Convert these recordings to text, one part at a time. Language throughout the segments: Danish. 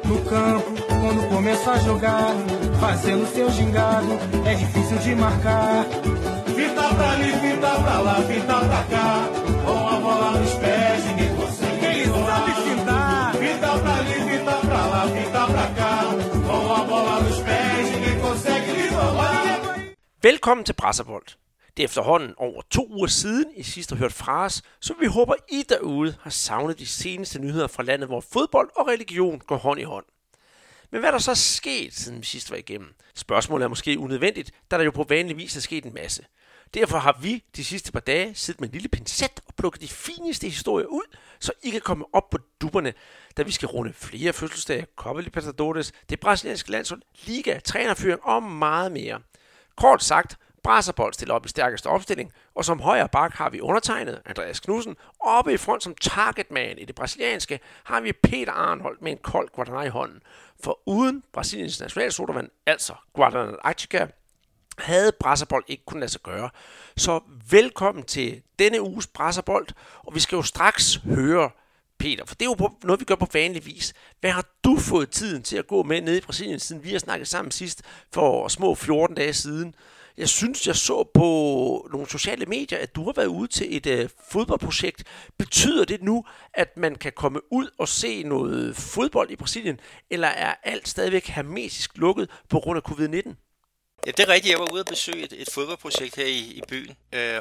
No campo, quando começa a jogar, fazendo seu gingado, é difícil de marcar. Fita pra ali, fita pra lá, fita pra cá, com a bola nos pés, ninguém consegue. Ele sabe fintar. Fita pra ali, fita pra lá, fita pra cá, com a bola nos pés, ninguém consegue lhe roubar. Velkommen til Brasserbold. Det er efterhånden over 2 uger siden, I sidst har hørt fra os, så vi håber, I derude har savnet de seneste nyheder fra landet, hvor fodbold og religion går hånd i hånd. Men hvad er der så sket, siden vi sidst var igennem? Spørgsmålet er måske unødvendigt, da der jo på vanlig vis er sket en masse. Derfor har vi de sidste par dage siddet med en lille pincet og plukket de fineste historier ud, så I kan komme op på dupperne, da vi skal runde flere fødselsdage, Copa Libertadores, det brasilianske landshold, liga, trænerføring og meget mere. Kort sagt, Brasserbold stiller op i stærkeste opstilling, og som højre bak har vi undertegnet Andreas Knudsen, og oppe i front som targetman i det brasilianske har vi Peter Arnholdt med en kold Guaraná i hånden. For uden Brasiliens nationalsodavand, altså Guaraná Antarctica, havde Brasserbold ikke kunnet lade sig gøre. Så velkommen til denne uges Brasserbold, og vi skal jo straks høre Peter, for det er jo noget, vi gør på vanlig vis. Hvad har du fået tiden til at gå med nede i Brasilien, siden vi har snakket sammen sidst for små 14 dage siden? Jeg synes, jeg så på nogle sociale medier, at du har været ude til et fodboldprojekt. Betyder det nu, at man kan komme ud og se noget fodbold i Brasilien, eller er alt stadigvæk hermetisk lukket på grund af covid-19? Ja, det er rigtigt. Jeg var ude at besøge et fodboldprojekt her i byen,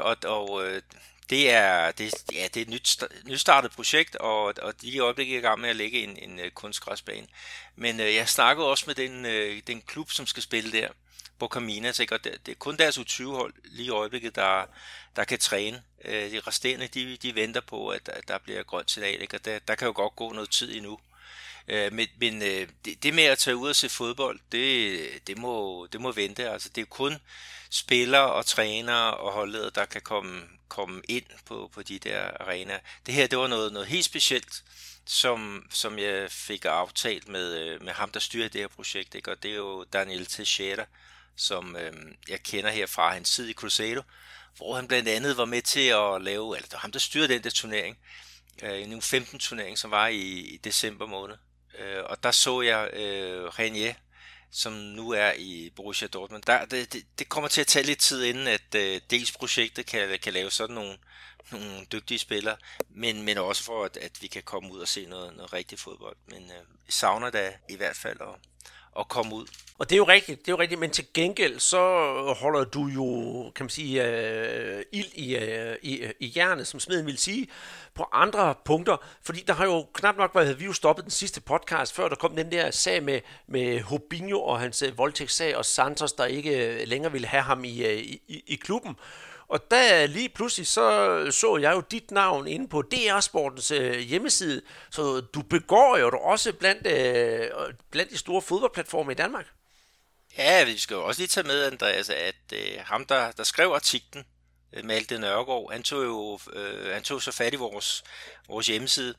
det er et nystartet projekt, og de er i øjeblikket i gang med at lægge en kunstgræsbane. Men jeg snakkede også med den klub, som skal spille der, Boca Minas, ikke? Og det er kun deres U20-hold lige i øjeblikket, der kan træne. De resterende, de venter på, at der bliver grønt signal, ikke? Og der kan jo godt gå noget tid endnu. Men det med at tage ud og se fodbold, det må vente. Altså, det er kun spillere og trænere og holdledere, der kan komme ind på de der arenaer. Det her, det var noget helt specielt, som jeg fik aftalt med ham, der styrer det her projekt, ikke? Og det er jo Daniel Teixeira, som jeg kender her fra hans tid i Cruzeiro, hvor han blandt andet var med til at lave, eller det var ham, der styrede den der turnering, en 15 turnering, som var i december måned. Og der så jeg Renier, som nu er i Borussia Dortmund. Det kommer til at tage lidt tid, inden at dels projektet kan lave sådan nogle dygtige spillere, men også for, at vi kan komme ud og se noget rigtig fodbold. Men jeg savner da i hvert fald at komme ud. Og det er jo rigtigt, men til gengæld så holder du jo, kan man sige, ild i jernet, som smeden vil sige, på andre punkter, fordi der har jo knap nok været, vi jo stoppet den sidste podcast, før der kom den der sag med Robinho og hans voldtægtssag, og Santos, der ikke længere ville have ham i klubben. Og der lige pludselig så jeg jo dit navn inde på DR Sportens hjemmeside, så du begår jo også blandt de store fodboldplatforme i Danmark. Ja, vi skal jo også lige tage med, Andreas, at ham, der skrev artiklen, Malte Nørgaard, han tog så fat i vores hjemmeside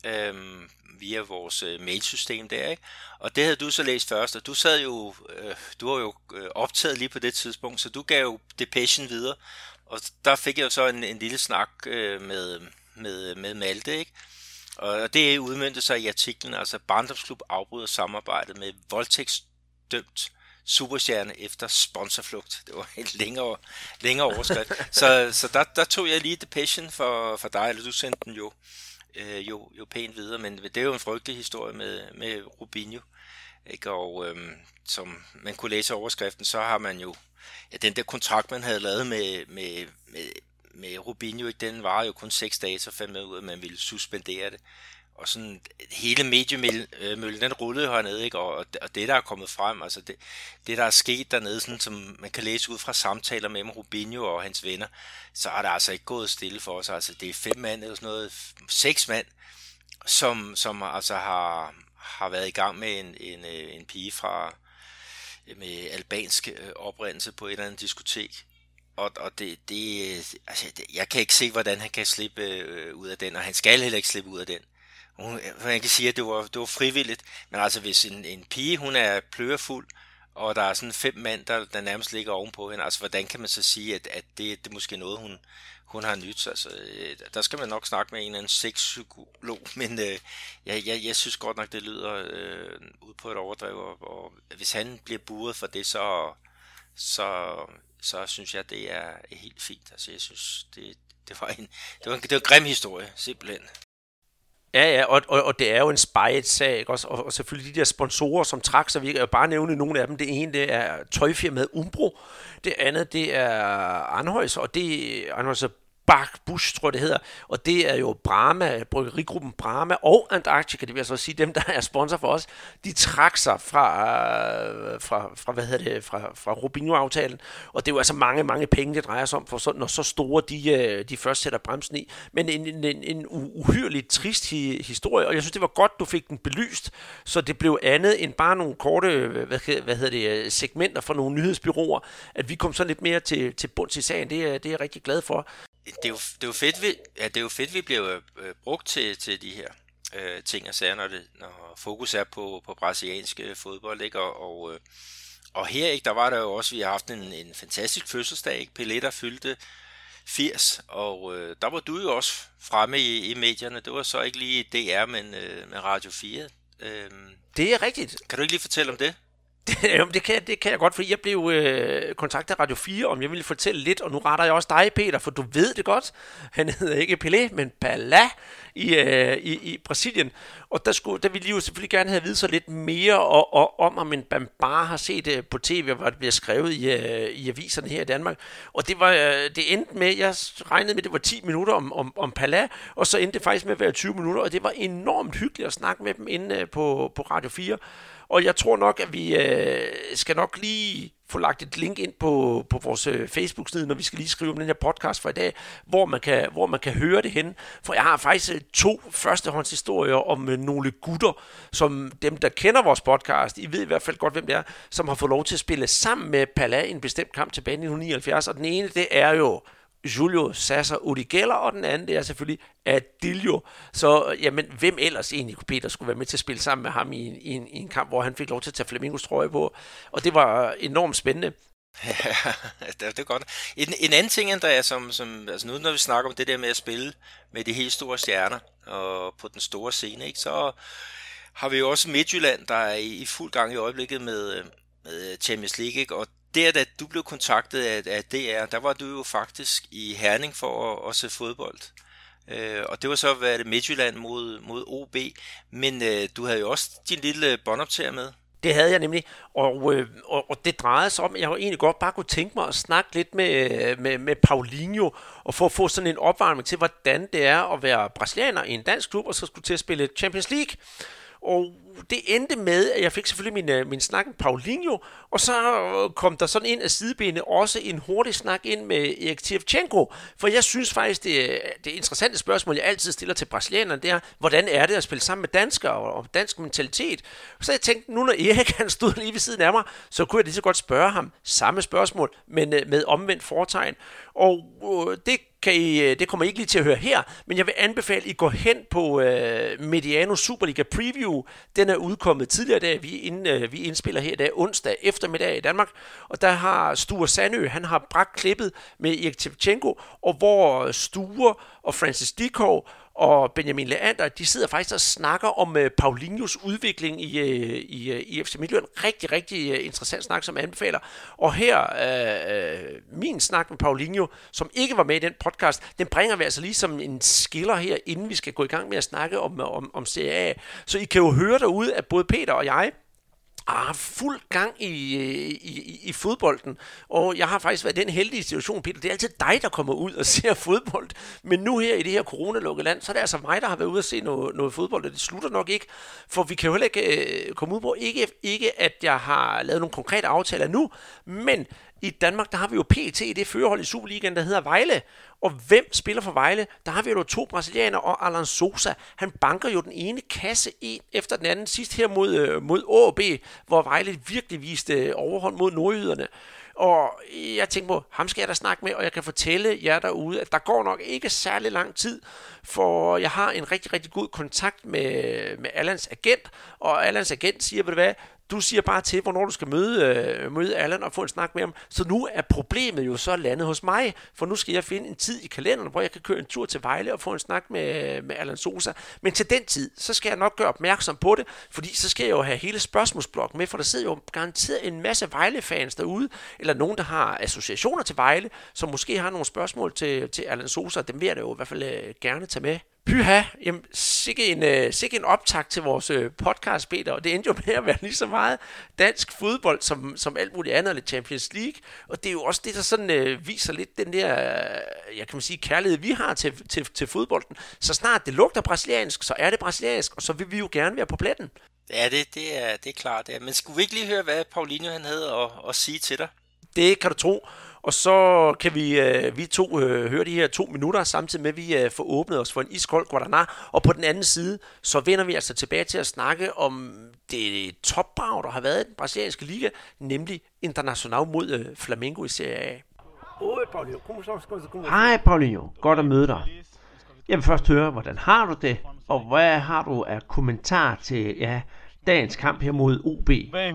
via vores mailsystem der, ikke? Og det havde du så læst først, og du var jo optaget lige på det tidspunkt, så du gav jo depechen videre, og der fik jeg jo så en lille snak med Malte, ikke? Og det udmøntede sig i artiklen, altså Barndomsklub afbryder samarbejdet med voldtægtsdømt superstjerne efter sponsorflugt. Det var en længere overskrift. så der tog jeg lige depechen for dig, eller du sendte den jo pænt videre, men det er jo en frygtelig historie med Robinho, ikke? Og som man kunne læse overskriften, så har man jo den der kontrakt, man havde lavet med Robinho, ikke? Den var jo kun 6 dage, så fandt man ud af, at man ville suspendere det. Og sådan hele mediemøllen, den rullede hernede, ikke? Og det, der er kommet frem, altså det der er sket dernede, sådan, som man kan læse ud fra samtaler mellem Robinho og hans venner, så er der altså ikke gået stille for os. Altså det er 5 mand eller sådan noget, 6 mand, som altså har været i gang med en pige med albansk oprindelse på et eller andet diskotek. Og jeg kan ikke se, hvordan han kan slippe ud af den, og han skal heller ikke slippe ud af den. Man kan sige, at det var frivilligt, men altså hvis en pige, hun er plørefuld, og der er sådan 5 mand, der nærmest ligger ovenpå hende, altså hvordan kan man så sige, at det er måske noget, hun har nyt. Altså, der skal man nok snakke med en eller anden sexpsykolog, men jeg synes godt nok, det lyder ud på et overdrev, og hvis han bliver buret for det, så synes jeg, det er helt fint. Altså, jeg synes, det var en grim historie, simpelthen. Ja, og det er jo en spejet sag, ikke også? Og selvfølgelig de der sponsorer, som trak sig, vi kan jo bare nævne nogle af dem. Det ene, det er tøjfirmaet Umbro. Det andet, det er Anheuser, og det er Anheuser Busch, tror jeg det hedder, og det er jo Brahma, bryggerigruppen Brahma og Antarctica, det vil jeg så sige, dem der er sponsor for os, de trak sig fra Rubinho-aftalen, og det er jo altså mange penge, det drejer sig om, for når så store de først sætter bremsen i, men en uhyrligt trist historie, og jeg synes, det var godt, du fik den belyst, så det blev andet end bare nogle korte, segmenter fra nogle nyhedsbureauer, at vi kom så lidt mere til bunds i sagen, det er jeg rigtig glad for. Det er jo fedt, vi bliver brugt til de her ting og sager, når fokus er på brasiliansk fodbold, ikke? Og her, ikke, der var der jo også, vi har haft en fantastisk fødselsdag, ikke? Pelé, der fyldte 80, og der var du jo også fremme i medierne. Det var så ikke lige DR, men med Radio 4. Det er rigtigt. Kan du ikke lige fortælle om det? Det kan jeg godt, fordi jeg blev kontaktet af Radio 4, om jeg ville fortælle lidt, og nu retter jeg også dig, Peter, for du ved det godt. Han hedder ikke Pelé, men Pelé i Brasilien. Og der ville de jo selvfølgelig gerne have videt sig lidt mere om en Bambara har set på tv, hvor det bliver skrevet i aviserne her i Danmark. Og det endte med, jeg regnede med, det var 10 minutter om Pelé, og så endte det faktisk med at være 20 minutter, og det var enormt hyggeligt at snakke med dem inde på Radio 4. Og jeg tror nok, at vi skal nok lige få lagt et link ind på vores Facebook-side, når vi skal lige skrive om den her podcast for i dag, hvor man kan høre det henne. For jeg har faktisk 2 førstehåndshistorier om nogle gutter, som dem, der kender vores podcast, I ved i hvert fald godt, hvem det er, som har fået lov til at spille sammen med Pelé i en bestemt kamp tilbage i 1979. Og den ene, det er jo Julio César Urigeller, og den anden, det er selvfølgelig Adilio. Så jamen, hvem ellers egentlig, Peter, skulle være med til at spille sammen med ham i en kamp, hvor han fik lov til at tage Flamingos trøje på. Og det var enormt spændende. Ja, det er godt. En anden ting, Andreas, som altså nu når vi snakker om det der med at spille med de helt store stjerner og på den store scene, ikke, så har vi jo også Midtjylland, der er i fuld gang i øjeblikket med Champions League, ikke? Og da du blev kontaktet af DR, der var du jo faktisk i Herning for at se fodbold. Og det var så været Midtjylland mod OB, men du havde jo også din lille båndoptager med. Det havde jeg nemlig, og det drejede sig om, at jeg egentlig godt bare kunne tænke mig at snakke lidt med Paulinho, og for at få sådan en opvarmning til, hvordan det er at være brasilianer i en dansk klub, og så skulle til at spille Champions League. Og det endte med, at jeg fik selvfølgelig min snak med Paulinho, og så kom der sådan ind af sidebenet også en hurtig snak ind med Erik Shevchenko, for jeg synes faktisk, det interessante spørgsmål, jeg altid stiller til brasilianerne, det er, hvordan er det at spille sammen med danskere og dansk mentalitet? Så jeg tænkte, nu når Erik han stod lige ved siden af mig, så kunne jeg lige så godt spørge ham samme spørgsmål, men med omvendt fortegn. Og det kommer I ikke lige til at høre her, men jeg vil anbefale, at I går hen på Mediano Superliga Preview. Den er udkommet tidligere i dag. Vi indspiller her i dag onsdag eftermiddag i Danmark. Og der har Sture Sandø, han har bragt klippet med Erik Shevchenko, og hvor Sture og Francis Dikov og Benjamin Leander, de sidder faktisk og snakker om Paulinhos udvikling i FC Midtjylland. Rigtig, rigtig interessant snak, som jeg anbefaler. Og her, min snak med Paulinho, som ikke var med i den podcast, den bringer vi altså lige som en skiller her, inden vi skal gå i gang med at snakke om Serie A. Så I kan jo høre derude, at både Peter og jeg fuld gang i fodbolden, og jeg har faktisk været i den heldige situation, Peter, det er altid dig, der kommer ud og ser fodbold, men nu her i det her coronalukkede land, så er det altså mig, der har været ude og se noget fodbold, og det slutter nok ikke, for vi kan jo heller ikke komme ud på, ikke at jeg har lavet nogle konkrete aftaler nu, men i Danmark, der har vi jo PT i det førerhold i Superligaen, der hedder Vejle. Og hvem spiller for Vejle? Der har vi jo 2 brasilianere, og Alan Sousa, han banker jo den ene kasse en efter den anden sidst her mod AaB, hvor Vejle virkelig viste overhånd mod nordjyderne. Og jeg tænkte på, ham skal jeg da snakke med, og jeg kan fortælle jer derude, at der går nok ikke særlig lang tid, for jeg har en rigtig, rigtig god kontakt med Alans agent, og Alans agent siger, ved du hvad, Du siger bare til, hvornår du skal møde Allan og få en snak med ham. Så nu er problemet jo så landet hos mig, for nu skal jeg finde en tid i kalenderen, hvor jeg kan køre en tur til Vejle og få en snak med Allan Sosa. Men til den tid, så skal jeg nok gøre opmærksom på det, fordi så skal jeg jo have hele spørgsmålsblokken med, for der sidder jo garanteret en masse Vejle-fans derude, eller nogen, der har associationer til Vejle, som måske har nogle spørgsmål til Allan Sosa. Dem vil jeg da jo i hvert fald gerne tage med. Pyha, jamen, sikke en optakt til vores podcast, Peter, og det endte jo med at være lige så meget dansk fodbold som alt muligt andet, eller Champions League, og det er jo også det, der sådan viser lidt den der, jeg kan man sige, kærlighed, vi har til fodbolden. Så snart det lugter brasiliansk, så er det brasiliansk, og så vil vi jo gerne være på pletten. Ja, det er klart. Ja. Men skulle vi ikke lige høre, hvad Paulinho han havde at sige til dig? Det kan du tro. Og så kan vi to høre de her 2 minutter, samtidig med, at vi får åbnet os for en iskold Guaraná. Og på den anden side, så vender vi altså tilbage til at snakke om det topbrag, der har været i den brasilianske liga, nemlig Internacional mod Flamengo i Serie A. Hej Paulinho, godt at møde dig. Jeg vil først høre, hvordan har du det, og hvad har du af kommentar til dagens kamp her mod OB?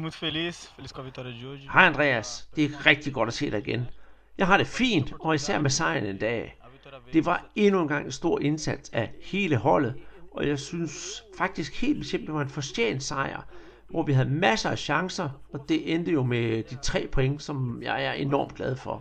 Hej Andreas, det er rigtig godt at se dig igen. Jeg har det fint, og især med sejren en dag. Det var endnu en gang en stor indsats af hele holdet, og jeg synes faktisk helt bestemt, det var en fortjent sejr, hvor vi havde masser af chancer, og det endte jo med de 3 point, som jeg er enormt glad for.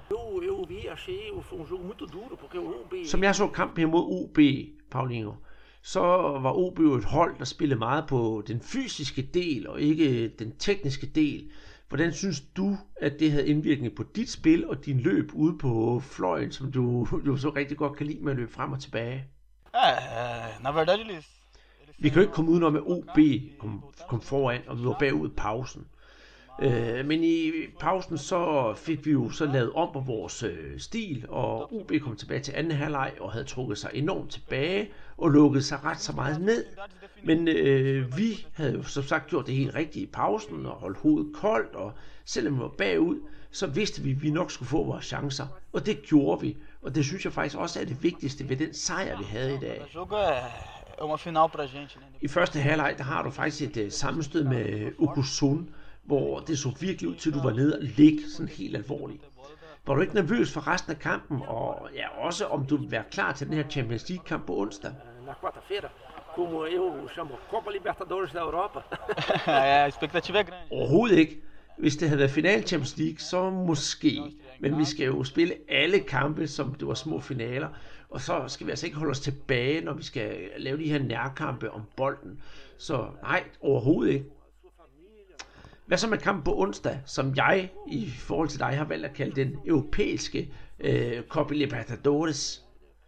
Som jeg så kampen her mod OB, Paulinho, så var OB jo et hold, der spillede meget på den fysiske del og ikke den tekniske del. Hvordan synes du, at det havde indvirkning på dit spil og din løb ude på fløjen, som du jo så rigtig godt kan lide med at løbe frem og tilbage? Vi kan jo ikke komme udenom, at OB kom foran, og vi var bagud i pausen. Men i pausen så fik vi jo så lavet om på vores stil, og OB kom tilbage til anden halvleg og havde trukket sig enormt tilbage og lukket sig ret så meget ned. Men vi havde jo som sagt gjort det helt rigtigt i pausen og holdt hovedet koldt, og selvom vi var bagud, så vidste vi, at vi nok skulle få vores chancer. Og det gjorde vi, og det synes jeg faktisk også er det vigtigste ved den sejr, vi havde i dag. I første halvleg, der har du faktisk et sammenstød med Okusun, hvor det så virkelig ud til, at du var nede og ligge sådan helt alvorligt. Var du ikke nervøs for resten af kampen, og også om du vil være klar til den her Champions League-kamp på onsdag? Overhovedet ikke. Hvis det havde været final Champions League, så måske. Men vi skal jo spille alle kampe, som det var små finaler. Og så skal vi altså ikke holde os tilbage, når vi skal lave de her nærkampe om bolden. Så nej, overhovedet ikke. Hvad så med kampen på onsdag, som jeg i forhold til dig har valgt at kalde den europæiske Copa Libertadores?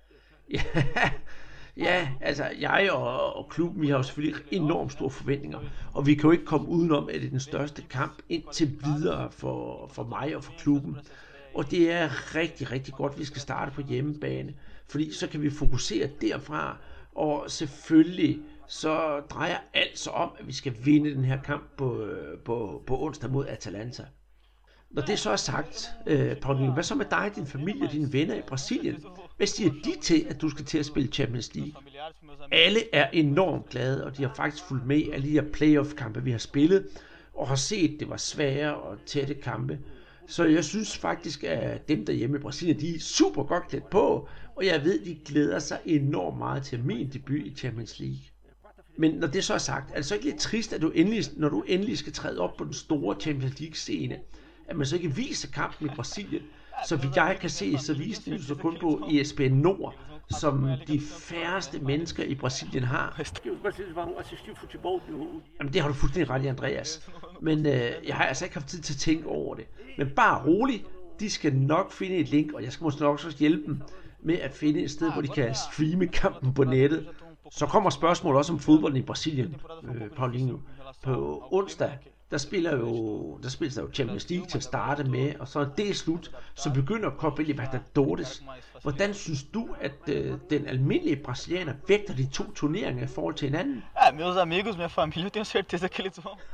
Ja, altså jeg og klubben, vi har jo selvfølgelig enormt store forventninger, og vi kan jo ikke komme udenom, at det er den største kamp indtil videre for mig og for klubben. Og det er rigtig, rigtig godt, at vi skal starte på hjemmebane, fordi så kan vi fokusere derfra, og selvfølgelig så drejer alt sig om, at vi skal vinde den her kamp på onsdag mod Atalanta. Når det så er sagt, Paulinho, hvad så med dig, din familie og dine venner i Brasilien? Hvad siger de til, at du skal til at spille Champions League? Alle er enormt glade, og de har faktisk fulgt med i alle de her playoff-kampe, vi har spillet, og har set, at det var svære og tætte kampe. Så jeg synes faktisk, at dem derhjemme i Brasilien, de er super godt klædt på, og jeg ved, de glæder sig enormt meget til min debut i Champions League. Men når det så er sagt, er det så ikke lidt trist, at når du endelig skal træde op på den store Champions League-scene, at man så ikke viser kampen i Brasilien? Så vidt jeg kan se, så viste den så kun på ESPN Nord, som de færreste mennesker i Brasilien har. Jamen det har du fuldstændig ret i, Andreas. Men jeg har altså ikke haft tid til at tænke over det. Men bare rolig, de skal nok finde et link, og jeg skal måske nok også hjælpe dem med at finde et sted, hvor de kan streame kampen på nettet. Så kommer spørgsmålet også om fodbolden i Brasilien, Paulinho. På onsdag, der spiller der jo Champions League til at starte med, og så er det slut, så begynder Copa Libertadores. Hvordan synes du, at den almindelige brasilianer vægter de 2 turneringer i forhold til hinanden? Meus amigos, minha família, eu tenho certeza que eles vão.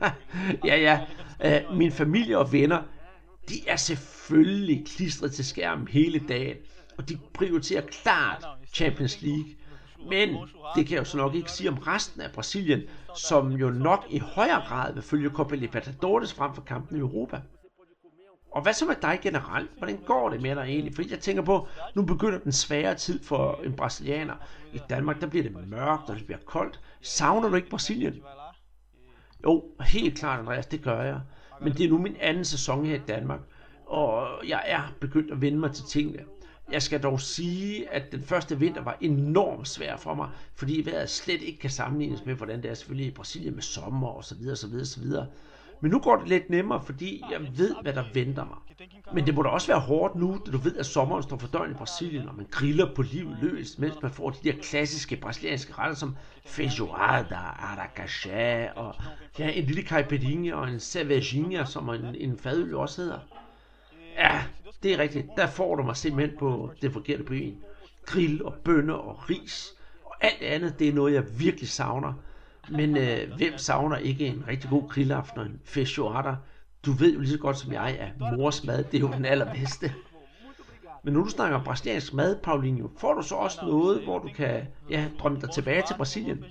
Min familie og venner, de er selvfølgelig klistret til skærmen hele dagen, og de prioriterer klart Champions League. Men det kan jeg jo så nok ikke sige om resten af Brasilien, som jo nok i højere grad vil følge Copa Libertadores frem for kampen i Europa. Og hvad så med dig generelt? Hvordan går det med dig egentlig? Fordi jeg tænker på, nu begynder den svære tid for en brasilianer. I Danmark, der bliver det mørkt, og det bliver koldt. Savner du ikke Brasilien? Jo, helt klart, Andreas, det gør jeg. Men det er nu min anden sæson her i Danmark, og jeg er begyndt at vende mig til tingene. Jeg skal dog sige, at den første vinter var enormt svær for mig, fordi vejret slet ikke kan sammenlignes med, hvordan det er selvfølgelig i Brasilien med sommer og så videre, så videre, så videre. Men nu går det lidt nemmere, fordi jeg ved, hvad der venter mig. Men det må da også være hårdt nu, da du ved, at sommeren står for døren i Brasilien, og man griller på livet løs, mens man får de der klassiske brasilianske retter som feijoada, aracachá og ja, en lille caipirinha og en cervejinha, som en fadøl også hedder. Ja, det er rigtigt. Der får du mig simpelthen på det forkerte ben. Grill og bønner og ris. Og alt andet, det er noget, jeg virkelig savner. Men hvem savner ikke en rigtig god grillaften og en feijoada? Du ved jo lige så godt som jeg, at mors mad, det er jo den allerbedste. Men når du snakker om brasiliansk mad, Paulinho, får du så også noget, hvor du kan drømme dig tilbage til Brasilien?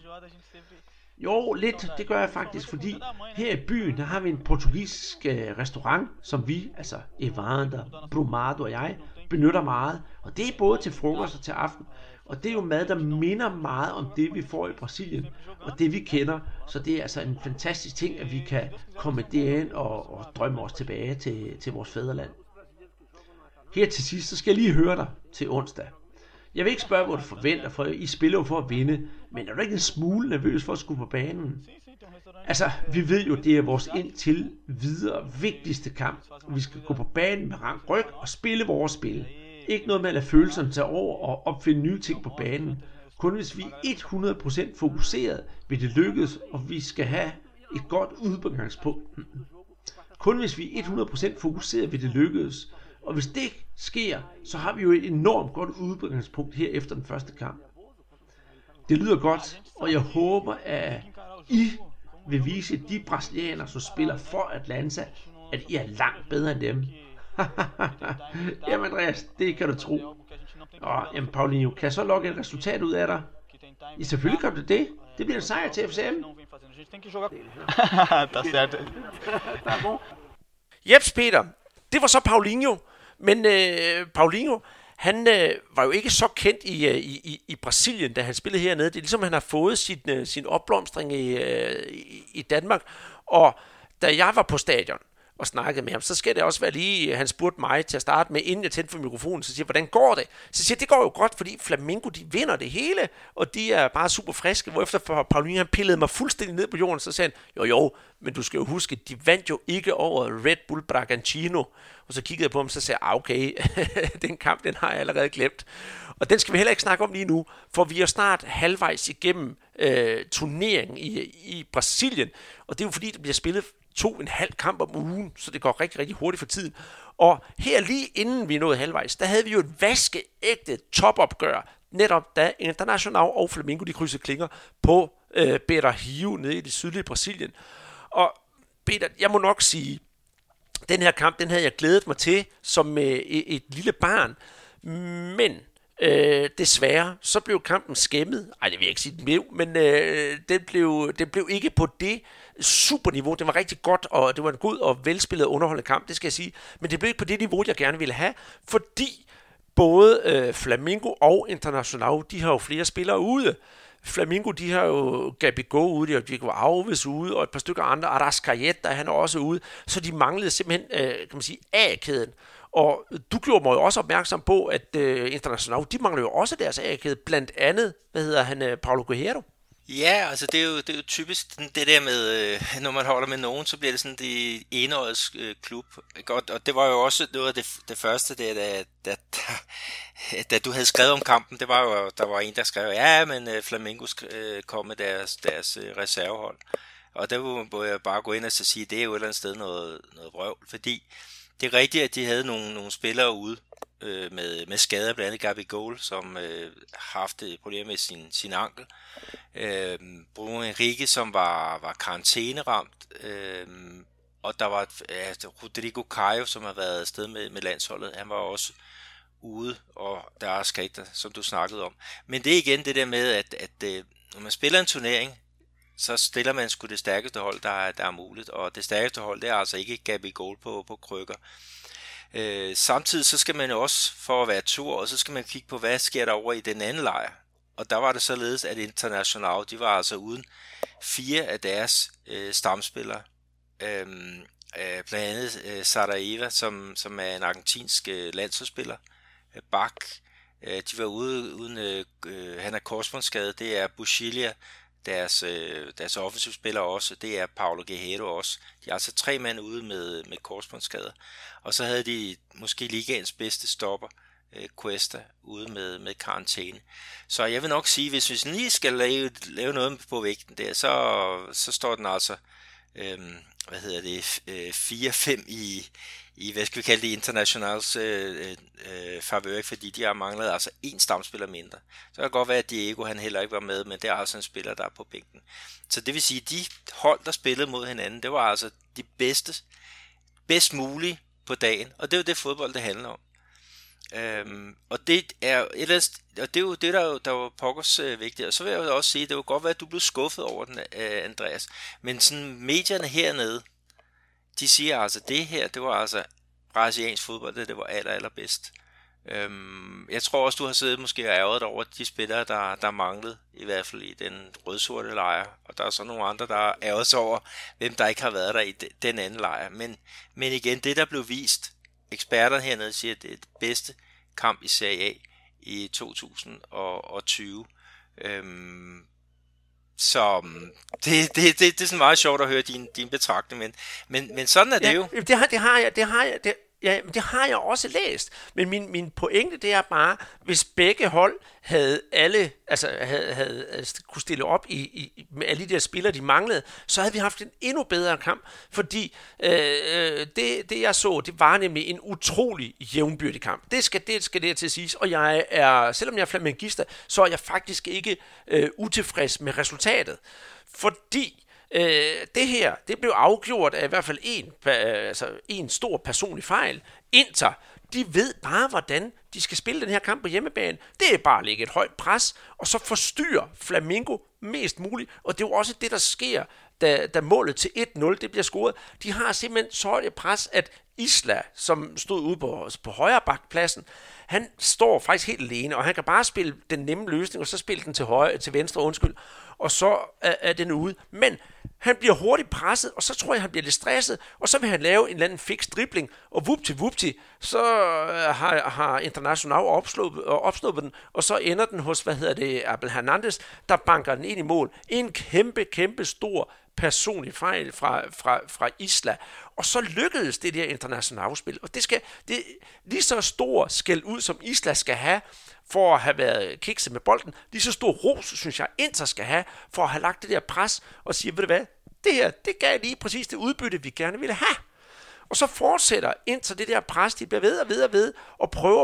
Jo, lidt. Det gør jeg faktisk, fordi her i byen, der har vi en portugisisk restaurant, som vi, altså Evander, Brumado og jeg, benytter meget. Og det er både til frokost og til aften. Og det er jo mad, der minder meget om det, vi får i Brasilien, og det, vi kender. Så det er altså en fantastisk ting, at vi kan komme derind og drømme os tilbage til vores fædreland. Her til sidst, så skal jeg lige høre dig til onsdag. Jeg vil ikke spørge, hvad du forventer, for I spiller jo for at vinde, men er du ikke en smule nervøs for at skulle på banen? Altså, vi ved jo, det er vores indtil videre vigtigste kamp. Vi skal gå på banen med rank ryg og spille vores spil. Ikke noget med at lade følelserne tage over og opfinde nye ting på banen. Kun hvis vi er 100% fokuseret, vil det lykkes, og vi skal have et godt udgangspunkt. Kun hvis vi er 100% fokuseret, vil det lykkes. Og hvis det sker, så har vi jo et enormt godt udgangspunkt her efter den første kamp. Det lyder godt, og jeg håber, at I vil vise de brasilianere, som spiller for Atlanta, at I er langt bedre end dem. Jamen Andreas, det kan du tro. Jamen Paulinho, kan jeg så logge et resultat ud af dig? I selvfølgelig kan du det. Det bliver en sejr til FCM. Jeps Peter, det var så Paulinho. Men Paulinho, han var jo ikke så kendt i Brasilien, da han spillede hernede. Det er ligesom, han har fået sin opblomstring i Danmark. Og da jeg var på stadion og snakkede med ham, så skal det også være lige, han spurgte mig til at starte med, inden jeg tændte for mikrofonen, så siger jeg, hvordan går det? Så siger jeg, det går jo godt, fordi Flamengo, de vinder det hele, og de er bare super friske, hvorefter Paulinho, han pillede mig fuldstændig ned på jorden, så sagde han, jo, men du skal jo huske, de vandt jo ikke over Red Bull Bragantino. Og så kiggede jeg på ham, så sagde jeg, okay, den kamp, den har jeg allerede glemt. Og den skal vi heller ikke snakke om lige nu, for vi er snart halvvejs igennem turneringen i Brasilien, og det er jo fordi, der bliver spillet 2,5 kamp om ugen, så det går rigtig, rigtig hurtigt for tiden. Og her lige inden vi nåede halvvejs, der havde vi jo et vaskeægte topopgør, netop da Internacional og Flamengo, de krydsede klinger på Beira-Rio nede i det sydlige Brasilien. Og Peter, jeg må nok sige, den her kamp, den havde jeg glædet mig til som et lille barn, men desværre, så blev kampen skæmmet. Ej, det vil jeg ikke sige, den blev, men den blev ikke på det superniveau. Det var rigtig godt, og det var en god og velspillet underholdende kamp, det skal jeg sige. Men det blev ikke på det niveau, jeg gerne ville have, fordi både Flamengo og Internacional, de har jo flere spillere ude. Flamengo, de har jo Gabigol ude, de har Diego Alves ude, og et par stykker andre. Arrascaeta, han er også ude. Så de manglede simpelthen, kan man sige, A-kæden. Og du gjorde mig jo også opmærksom på, at Internacional, de mangler jo også deres A-kæde. Blandt andet, Paulo Guerrero. Ja, altså det er jo typisk det der med, når man holder med nogen, så bliver det sådan det enårets klub. Og det var jo også noget af det første, da du havde skrevet om kampen, det var jo, der var en, der skrev, ja, men Flamengo kom med deres reservehold. Og der må jeg bare gå ind og så sige, det er jo et eller andet sted noget vrøvl, fordi det er rigtigt, at de havde nogle spillere ude med skader, blandt andet Gabigol, som har haft et problem med sin ankel. Bruno Henrique, som var karantæneramt, og der var Rodrigo Caio, som har været afsted med landsholdet. Han var også ude, og der er skater, som du snakkede om. Men det er igen det der med, at når man spiller en turnering, så stiller man sgu det stærkeste hold, der er muligt, og det stærkeste hold, det er altså ikke Gabigol på krykker. Samtidig så skal man jo også, for at være tur, og så skal man kigge på, hvad sker der over i den anden lejr. Og der var det således, at Internacional, de var altså uden 4 af deres stamspillere. Blandt andet Saraiva, som er en argentinsk landsholdsspiller. Bak, de var ude uden, han er korsbåndsskade, det er Bushilia, deres offensivspiller også, det er Paulo Guerrero også. De er altså 3 mand ude med korsbåndsskader. Og så havde de måske ligaens bedste stopper, Cuesta, ude med karantæne. Så jeg vil nok sige, hvis vi lige skal lave noget på vægten der, så står den altså 4-5 i hvad skal vi kalde det, Internationals favør, fordi de har manglet altså 1 stamspiller mindre. Så kan det godt være, at Diego han heller ikke var med, men det er altså en spiller, der er på bænken. Så det vil sige, de hold, der spillede mod hinanden, det var altså de bedst mulige på dagen, og det er jo det fodbold, det handler om. Og det er jo det, der var pokkers vigtigt. Og så vil jeg jo også sige, det var godt være, at du blev skuffet over den, Andreas. Men sådan medierne hernede, de siger altså, det her, det var altså brasiliansk fodbold, det var allerbedst. Jeg tror også, du har siddet måske og ærget over de spillere, der manglede, i hvert fald i den rød-sorte lejr. Og der er så nogle andre, der ærger sig over, hvem der ikke har været der i den anden lejr. Men igen, det der blev vist, eksperterne hernede siger, at det er det bedste kamp i Serie A i 2020. Så det er sådan meget sjovt at høre din betragtning, men sådan er det jo. Det har jeg også læst, men min pointe det er bare, hvis begge hold havde kunne stille op med alle de der spillere, de manglede, så havde vi haft en endnu bedre kamp, fordi det jeg så, det var nemlig en utrolig jævnbyrdig kamp. Det skal det til at siges, og selvom jeg er flamenguista, så er jeg faktisk ikke utilfreds med resultatet, fordi det her, det blev afgjort af i hvert fald en stor personlig fejl. Inter, de ved bare, hvordan de skal spille den her kamp på hjemmebane. Det er bare at lægge et højt pres, og så forstyrre Flamengo mest muligt. Og det er jo også det, der sker, da målet til 1-0 det bliver scoret. De har simpelthen så højt et pres, at Isla, som stod ude på højre bakpladsen, han står faktisk helt alene, og han kan bare spille den nemme løsning, og så spille den til venstre, og så er den ude. Men han bliver hurtigt presset, og så tror jeg, han bliver lidt stresset, og så vil han lave en eller anden fix dribling, og vupti, så har Internacional opsnuppet den, og så ender den hos, Abel Hernandez, der banker den ind i mål. En kæmpe stor personlig fejl fra Isla. Og så lykkedes det der Internacional-spil. Og det lige så stor skæld ud, som Isla skal have, for at have været kikset med bolden, lige så stor ros, synes jeg, Inter skal have, for at have lagt det der pres, og sige, ved du hvad, det her, det gav lige præcis det udbytte, vi gerne ville have. Og så fortsætter Inter det der pres, de bliver ved, og prøver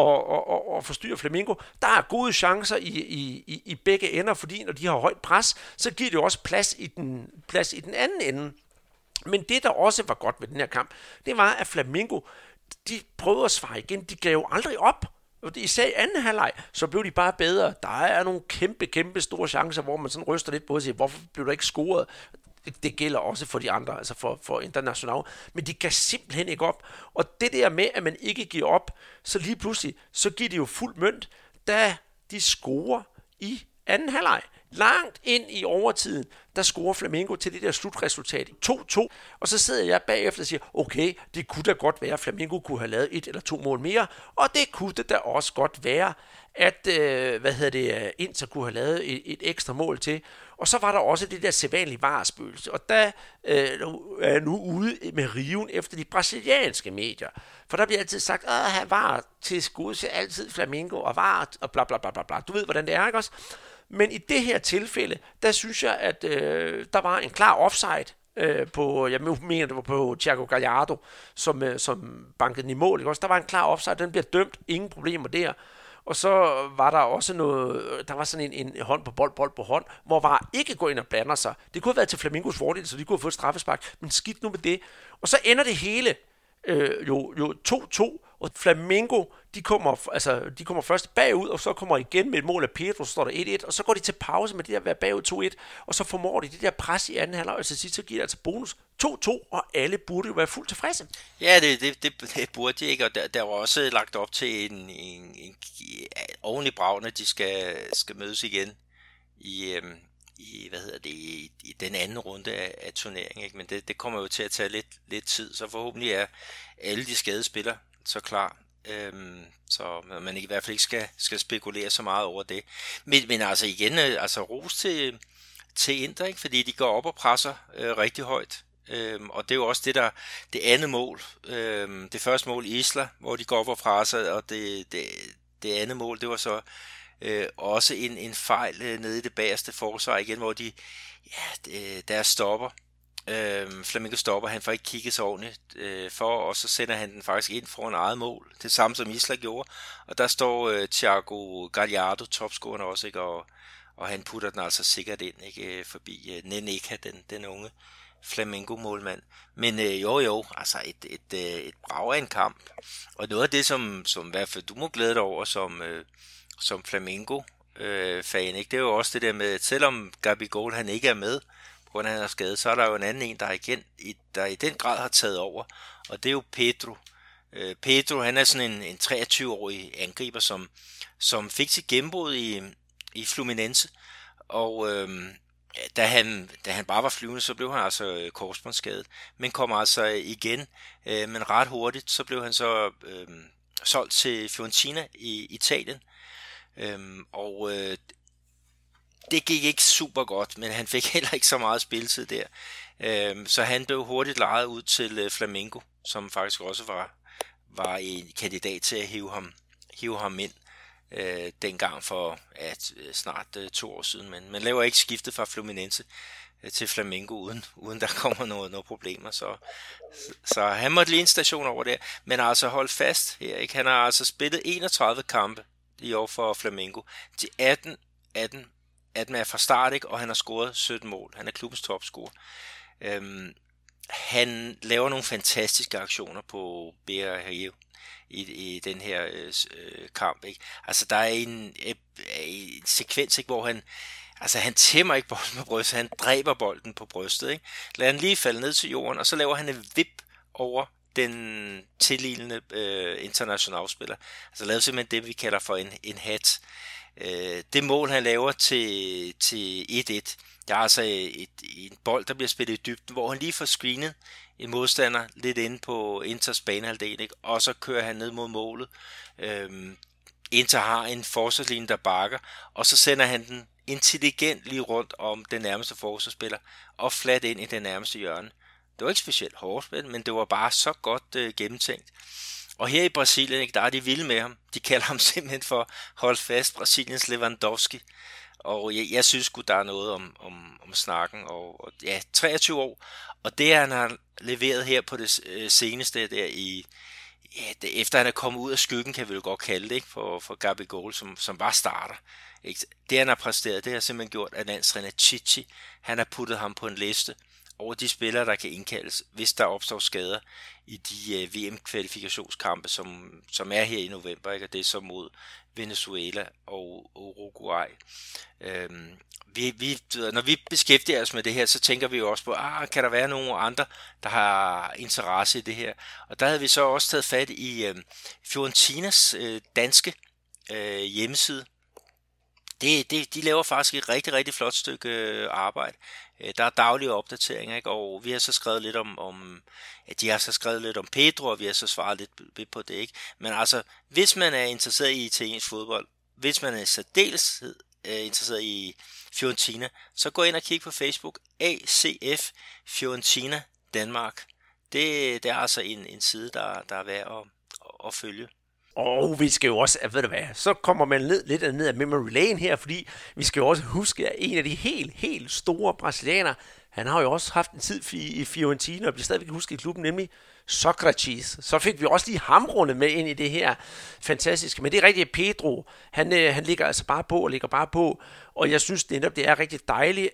på at forstyrre Flamengo. Der er gode chancer i begge ender, fordi når de har højt pres, så giver det jo også plads i den anden ende. Men det, der også var godt ved den her kamp, det var, at Flamengo, de prøvede at svare igen. De gav jo aldrig op. Især i anden halvleg, så blev de bare bedre. Der er nogle kæmpe store chancer, hvor man sådan ryster lidt på og siger, hvorfor blev der ikke scoret? Det gælder også for de andre, altså for Internacional. Men de kan simpelthen ikke op. Og det der med, at man ikke giver op, så lige pludselig, så giver de jo fuld mønt, da de scorer i anden halvleg. Langt ind i overtiden, der scorer Flamengo til det der slutresultat 2-2. Og så sidder jeg bagefter og siger, okay, det kunne da godt være, at Flamengo kunne have lavet 1 eller 2 mål mere. Og det kunne det da også godt være, at Inter kunne have lavet et ekstra mål til. Og så var der også det der sædvanlige varespøgelse. Og der er jeg nu ude med riven efter de brasilianske medier. For der bliver altid sagt, at han var til skud til altid Flamengo og var og bla bla bla bla bla. Du ved, hvordan det er, ikke også? Men i det her tilfælde, der synes jeg, at der var en klar offside jeg mener, det var på Thiago Gallardo, som bankede den i mål. Ikke også? Der var en klar offside, den bliver dømt, ingen problemer der. Og så var der også der var sådan en hånd på bold på hånd, hvor VAR ikke går ind og blander sig. Det kunne have været til Flamingos fordel, så de kunne have fået et straffespark, men skidt nu med det. Og så ender det hele jo 2-2, Og Flamengo, de kommer først bagud, og så kommer igen med et mål af Pedro, så står der 1-1, og så går de til pause med det der at være bagud 2-1, og så formår de det der pres i anden halvleg, og til sidst så giver det altså bonus 2-2, og alle burde jo være fuldt tilfredse. Ja, det burde de ikke, og der var også lagt op til en ordentlig brag, når de skal mødes igen i den anden runde af turneringen, ikke? Men det kommer jo til at tage lidt tid, så forhåbentlig er alle de skadede spillere så klar, så man i hvert fald ikke skal spekulere så meget over det. Men altså igen, ros til Inter, ikke? Fordi de går op og presser rigtig højt. Og det er jo også det andet mål. Det første mål i Isla, hvor de går op og presser, og det andet mål, det var så også en fejl nede i det bagerste forsvar igen, hvor der stopper. Flamengo stopper, han får ikke kigget sig ordentligt og så sender han den faktisk ind foran eget mål. Det samme som Isla gjorde. Og der står Thiago Gallardo, topscoreren også, ikke? Og han putter den altså sikkert ind, ikke? Forbi Neneka, den unge Flamengo-målmand. Men altså et brag af en kamp. Og noget af det, som i hvert fald du må glæde dig over som Flamengo-fan, ikke? Det er jo også det der med, at selvom Gabigol han ikke er med, på grund af han er skadet, så er der jo en anden der i den grad har taget over, og det er jo Pedro. Pedro, han er sådan en 23-årig angriber, som fik sit gennembrud i Fluminense, og da han bare var flyvende, så blev han altså korsbåndsskadet, men kom altså igen, men ret hurtigt, så blev han så solgt til Fiorentina i Italien, og det gik ikke super godt, men han fik heller ikke så meget spilletid der, så han blev hurtigt lejet ud til Flamengo, som faktisk også var en kandidat til at hive ham ind dengang for snart 2 år siden, men man laver ikke skiftet fra Fluminense til Flamengo uden der kommer nogle problemer, så han måtte lige en station over der, men altså hold fast her, ikke? Han har altså spillet 31 kampe i år for Flamengo, de 18 er fra start, ikke? Og han har scoret 17 mål, han er klubbens topscorer. Han laver nogle fantastiske aktioner på Beira i den her kamp, ikke? Altså der er en sekvens, ikke, hvor han tæmmer ikke bolden på brystet, han dræber bolden på brystet, ikke? Lader han lige falde ned til jorden, og så laver han et vip over den tillignende internationalspiller. Altså laver simpelthen det, vi kalder for en hat. Det mål, han laver til 1-1, der er altså en bold, der bliver spillet i dybden, hvor han lige får screenet en modstander lidt inde på Inters banehalvdel, ikke? Og så kører han ned mod målet. Inter har en forsvarslinje, der bakker, og så sender han den intelligent lige rundt om den nærmeste forsvarsspiller, og flat ind i den nærmeste hjørne. Det var ikke specielt hårdt, men det var bare så godt gennemtænkt. Og her i Brasilien, ikke, der er de vilde med ham. De kalder ham simpelthen for, hold fast, Brasiliens Lewandowski. Og jeg synes sgu, der er noget om snakken. Og 23 år. Og det, han har leveret her på det seneste der efter han er kommet ud af skyggen, kan vi jo godt kalde det, ikke, for Gabigol, som bare starter. Ikke? Det, han har præsteret, det har simpelthen gjort, at landstræner Chichi, han har puttet ham på en liste over de spillere, der kan indkaldes, hvis der opstår skader i de VM-kvalifikationskampe, som er her i november, ikke? Og det er så mod Venezuela og Uruguay. Når vi beskæftiger os med det her, så tænker vi jo også på, kan der være nogle andre, der har interesse i det her? Og der havde vi så også taget fat i Fiorentinas danske hjemmeside. De laver faktisk et rigtig, rigtig flot stykke arbejde. Der er daglige opdateringer, ikke? Og vi har så skrevet lidt om de har så skrevet lidt om Pedro, og vi har så svaret lidt på det, ikke? Men altså, hvis man er interesseret i italiensk fodbold, hvis man er særdeles interesseret i Fiorentina, så gå ind og kig på Facebook, ACF Fiorentina Danmark. Det er altså en side, der er værd at følge. Og vi skal jo også, ved du hvad, så kommer man lidt ned ad memory lane her, fordi vi skal jo også huske, at en af de helt store brasilianere, han har jo også haft en tid i Fiorentina, og bliver stadigvæk husket i klubben, nemlig Socrates. Så fik vi også lige ham rundet med ind i det her fantastiske. Men det er rigtigt, Pedro, han ligger altså bare på, og jeg synes netop, det er rigtig dejligt, at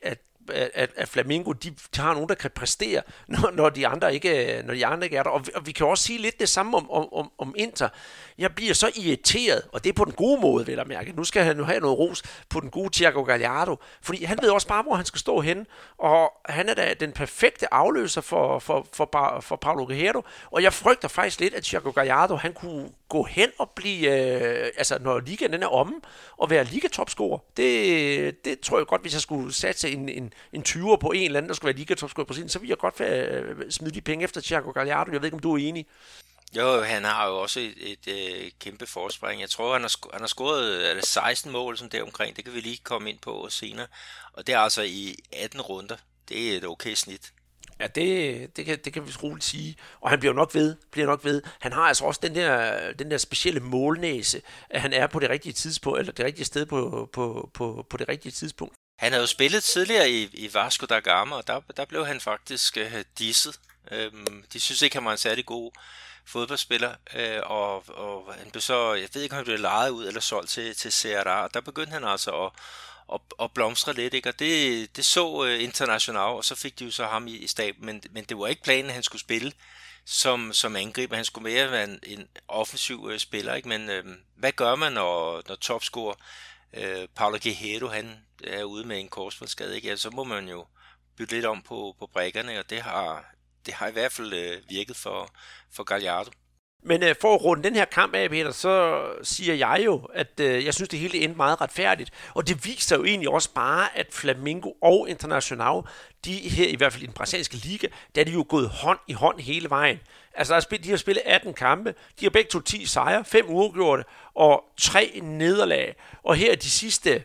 at Flamengo, de har nogen, der kan præstere, når de andre ikke er der. Og vi kan også sige lidt det samme om Inter. Jeg bliver så irriteret, og det er på den gode måde, vil jeg mærke. Nu skal han jo have noget ros på den gode Thiago Gallardo, fordi han ved også bare, hvor han skal stå henne, og han er da den perfekte afløser for Paulo Guerrero, og jeg frygter faktisk lidt, at Thiago Gallardo, han kunne gå hen og blive, altså når ligaen den er omme, og være ligatopscorer. Det tror jeg godt, hvis jeg skulle satse en 20'er på en eller anden, der skulle være ligatopscorer på siden, så ville jeg godt smide de penge efter Thiago Gallardo. Jeg ved ikke, om du er enig? Jo, han har jo også et kæmpe forspring. Jeg tror, han har scoret 16 mål som der omkring. Det kan vi lige komme ind på senere. Og det er altså i 18 runder. Det er et okay snit. Ja, det kan vi roligt sige. Og han bliver nok ved. Han har altså også den der specielle målnæse, at han er på det rigtige tidspunkt, eller det rigtige sted på det rigtige tidspunkt. Han havde jo spillet tidligere i Vasco da Gama, og der blev han faktisk disset. De synes ikke, han var en særlig god fodboldspiller, og han blev så, jeg ved ikke, om han blev lejet ud eller solgt til Ceará, og der begyndte han altså at blomstre lidt, ikke? Og det så Internacional, og så fik de jo så ham i staben, men det var ikke planen, at han skulle spille som angriber. Han skulle mere være en offensiv spiller, ikke? Men hvad gør man, når topscorer Paulo Guerrero, han er ude med en korsbåndsskade, ikke? Ja, så må man jo bytte lidt om på brækkerne, og det har i hvert fald virket for Gallardo. Men for at runde den her kamp af, Peter, så siger jeg jo, at jeg synes, det hele endte meget retfærdigt. Og det viser jo egentlig også bare, at Flamengo og Internacional, de her i hvert fald i den brasilianske liga, der er de jo gået hånd i hånd hele vejen. Altså de har spillet 18 kampe, de har begge 10 sejre, 5 uafgjorte og 3 nederlag. Og her de sidste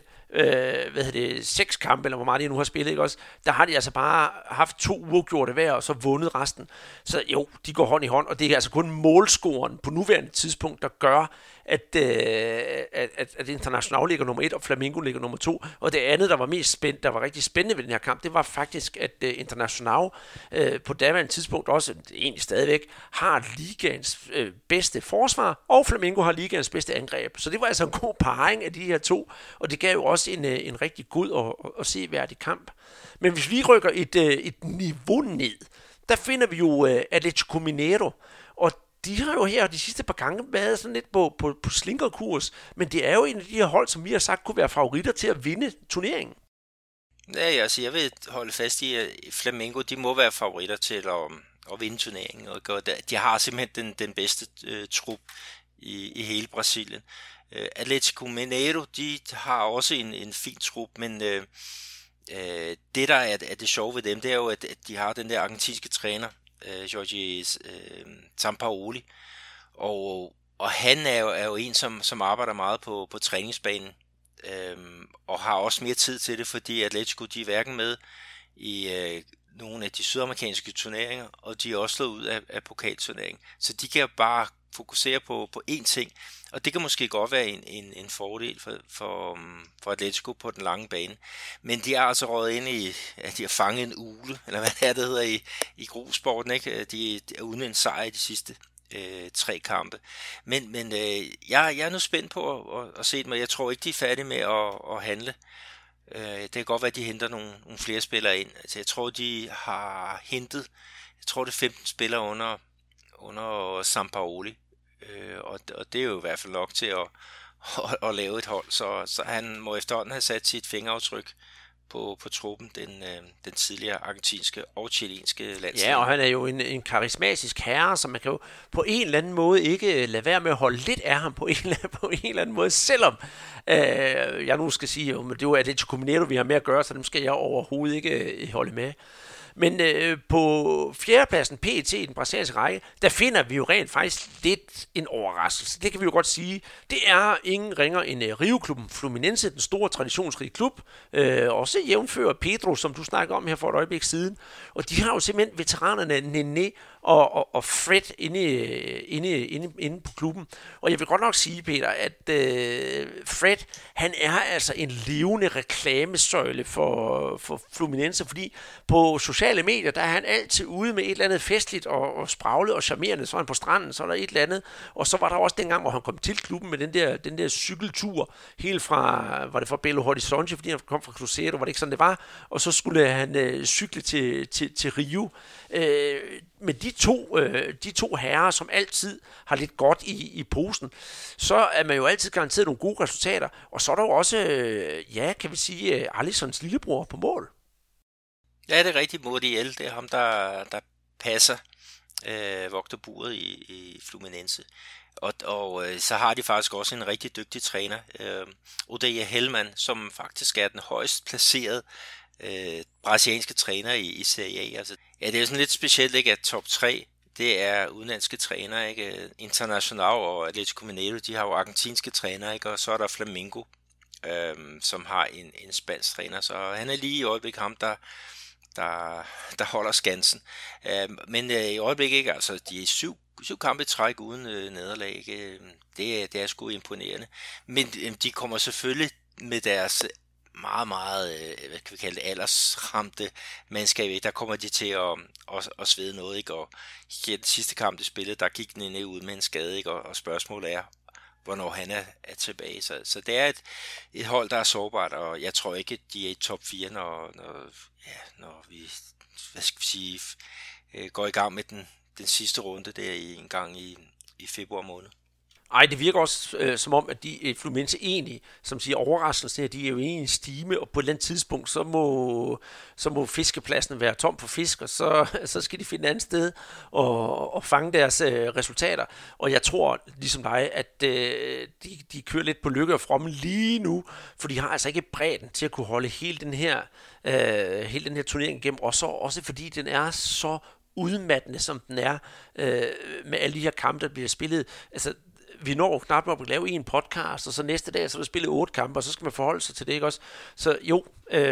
6 kampe, eller hvor meget de nu har spillet, ikke også? Der har de altså bare haft 2 uafgjorte hver, og så vundet resten. Så jo, de går hånd i hånd, og det er altså kun målscoren på nuværende tidspunkt, der gør, at Internacional ligger nummer 1, og Flamengo ligger nummer 2. Og det andet, der var rigtig spændende ved den her kamp, det var faktisk, at Internacional på daværende tidspunkt også, egentlig stadigvæk, har ligaens bedste forsvar, og Flamengo har ligaens bedste angreb. Så det var altså en god parring af de her to, og det gav jo også en rigtig god og seværdig kamp. Men hvis vi rykker et niveau ned, der finder vi jo Atlético Mineiro, og de har jo her de sidste par gange været sådan lidt på slinkerkurs, men det er jo en af de her hold, som vi har sagt kunne være favoritter til at vinde turneringen. Ja, altså jeg vil holde fast i, at Flamengo, de må være favoritter til at vinde turneringen. Og de har simpelthen den bedste trup i hele Brasilien. Atlético Mineiro, de har også en fin trup, men det der er det sjove ved dem, det er jo, at de har den der argentinske træner, Jorge Sampaoli, og han er jo en, som arbejder meget på træningsbanen, og har også mere tid til det, fordi Atletico, de er hverken med i nogle af de sydamerikanske turneringer, og de er også slået ud af pokalturneringen, så de kan bare fokusere på én ting, og det kan måske godt være en fordel for Atletico på den lange bane. Men de er altså røget ind i, at de har fanget en ugle, eller hvad det hedder i grussporten, ikke? De er uden en sejr i de sidste 3 kampe. Men jeg er nu spændt på at se dem, og jeg tror ikke, de er færdige med at handle. Det kan godt være, at de henter nogle flere spillere ind. Altså, jeg tror, de har hentet, det er 15 spillere under Sampaoli. Og det er jo i hvert fald nok til at lave et hold, så han må efterhånden have sat sit fingeraftryk på truppen, den tidligere argentinske og chilenske landshold. Ja, og han er jo en karismatisk herre, så man kan jo på en eller anden måde ikke lade være med at holde lidt af ham på en eller anden måde, selvom jeg nu skal sige, at det er jo Atlético Mineiro, vi har med at gøre, så dem skal jeg overhovedet ikke holde med. Men på fjerdepladsen PET i den brasilianske række, der finder vi jo rent faktisk lidt en overraskelse. Det kan vi jo godt sige. Det er ingen ringer end Rio-klubben Fluminense, den store traditionsrige klub. Også jævnfører Pedro, som du snakker om her for et øjeblik siden. Og de har jo simpelthen veteranerne Nené og Fred inde på klubben. Og jeg vil godt nok sige, Peter, at Fred, han er altså en levende reklamesøjle for Fluminense, fordi på sociale medier, der er han altid ude med et eller andet festligt og spraglet og charmerende. Så er han på stranden, så er der et eller andet. Og så var der også dengang, hvor han kom til klubben med den der cykeltur, helt fra, var det fra Belo Horizonte, fordi han kom fra Cruzeiro, var det ikke sådan, det var? Og så skulle han cykle til Rio. Men de to herrer, som altid har lidt godt i posen, så er man jo altid garanteret nogle gode resultater. Og så er der jo også, kan vi sige, Alissons lillebror på mål. Ja, det er rigtigt. Muriel, det er ham, der passer vogter buret i Fluminense. Og så har de faktisk også en rigtig dygtig træner, Odeia Hellmann, som faktisk er den højst placerede brasilianske træner i Serie A. Altså, ja, det er sådan lidt specielt, ikke, at top 3, det er udenlandske trænere, ikke? Internacional og Atlético Mineiro, de har jo argentinske trænere, ikke? Og så er der Flamengo, som har en spansk træner, så han er lige i øjeblikket ham, der holder skansen. Men i øjeblikket ikke, altså de er syv kampe i træk uden nederlag, ikke? Det er sgu imponerende. Men de kommer selvfølgelig med deres meget, meget, hvad kan vi kalde det, aldersramte mandskab, ikke? Der kommer de til at svede noget, ikke? Og den sidste kamp, de spillede, der gik den ud med en skade, ikke? Og spørgsmålet er, hvornår han er tilbage. Så det er et hold, der er sårbart, og jeg tror ikke, at de er i top 4, når vi, hvad skal vi sige, går i gang med den sidste runde der en gang i februar måned. Ej, det virker også som om, at de Fluminense egentlig, som siger overraskelse her, de er jo i en stime, og på et eller andet tidspunkt, så må fiskepladsen være tom for fisk, og så skal de finde et andet sted og fange deres resultater. Og jeg tror, ligesom dig, at de kører lidt på lykke og fromme lige nu, for de har altså ikke bredden til at kunne holde hele den her turnering igennem, og så også fordi den er så udmattende, som den er, med alle de her kampe, der bliver spillet. Altså, vi når knap nok at lave en podcast, og så næste dag, så er der spillet 8 kampe, og så skal man forholde sig til det, ikke også? Så jo,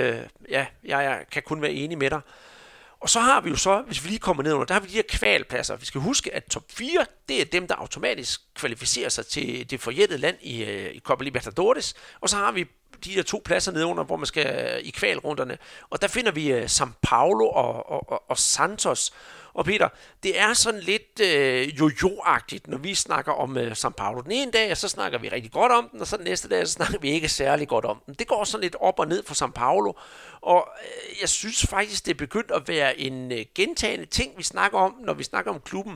jeg kan kun være enig med dig. Og så har vi jo så, hvis vi lige kommer ned under, der har vi de her kvalpladser. Vi skal huske, at top 4, det er dem, der automatisk kvalificerer sig til det forjættede land i Copa Libertadores. Og så har vi de her 2 pladser nedenunder, hvor man skal i kvalrunderne. Og der finder vi São Paulo og Santos. Og Peter, det er sådan lidt jojo-agtigt, når vi snakker om São Paulo. Den ene dag, så snakker vi rigtig godt om den, og så den næste dag, så snakker vi ikke særlig godt om den. Det går sådan lidt op og ned for São Paulo, og jeg synes faktisk, det er begyndt at være en gentagende ting, vi snakker om, når vi snakker om klubben.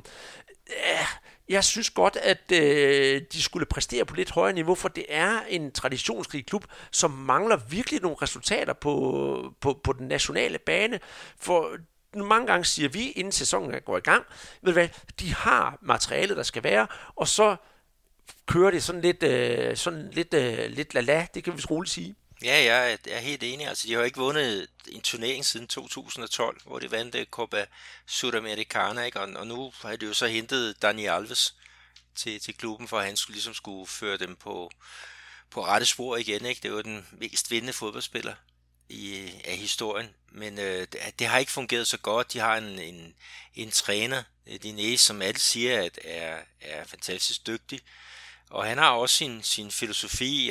Jeg synes godt, at de skulle præstere på lidt højere niveau, for det er en traditionsrig klub, som mangler virkelig nogle resultater på den nationale bane, for mange gange siger vi, inden sæsonen går i gang, ved du hvad, de har materialet, der skal være, og så kører det sådan lidt lala, det kan vi roligt sige. Ja, jeg er helt enig. Altså, de har jo ikke vundet en turnering siden 2012, hvor de vandt Copa Sudamericana, ikke? Og nu har de jo så hentet Dani Alves til klubben, for at han skulle føre dem på rette spor igen, ikke? Det var den mest vindende fodboldspiller af historien, men det har ikke fungeret så godt. De har en træner, Dinés, som alle siger, at er fantastisk dygtig, og han har også sin filosofi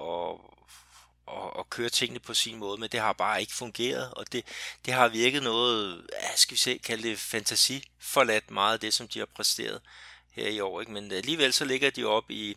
og kører tingene på sin måde, men det har bare ikke fungeret, og det har virket noget, skal vi se, kalde det fantasi forladt meget af det, som de har præsteret her i år, ikke? Men alligevel så ligger de op i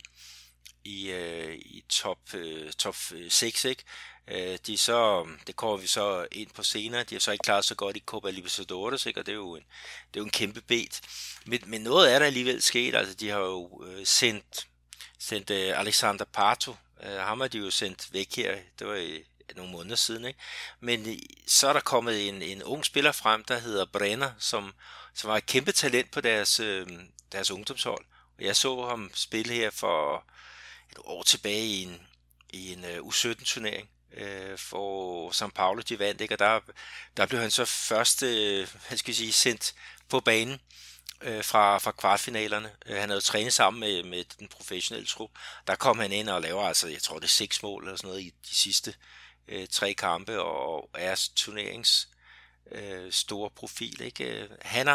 top 6, ikke? Det kommer vi så ind på senere. De har så ikke klaret så godt i Copa Libertadores, ikke? Og det er jo en kæmpe bet. Men noget er der alligevel sket. Altså, de har jo sendt Alexander Pato. Ham har de jo sendt væk her. Det var nogle måneder siden, ikke? Men så er der kommet en ung spiller frem, der hedder Brenner, som var et kæmpe talent på deres ungdomshold. Og jeg så ham spille her for et år tilbage i en U17-turnering for São Paulo, de vandt, ikke? Og der blev han så først sendt på banen fra kvartfinalerne. Han havde trænet sammen med den professionelle trup. Der kom han ind og laver, altså, jeg tror det er 6 mål eller sådan noget i de sidste 3 kampe, og er turneringens store profil, ikke?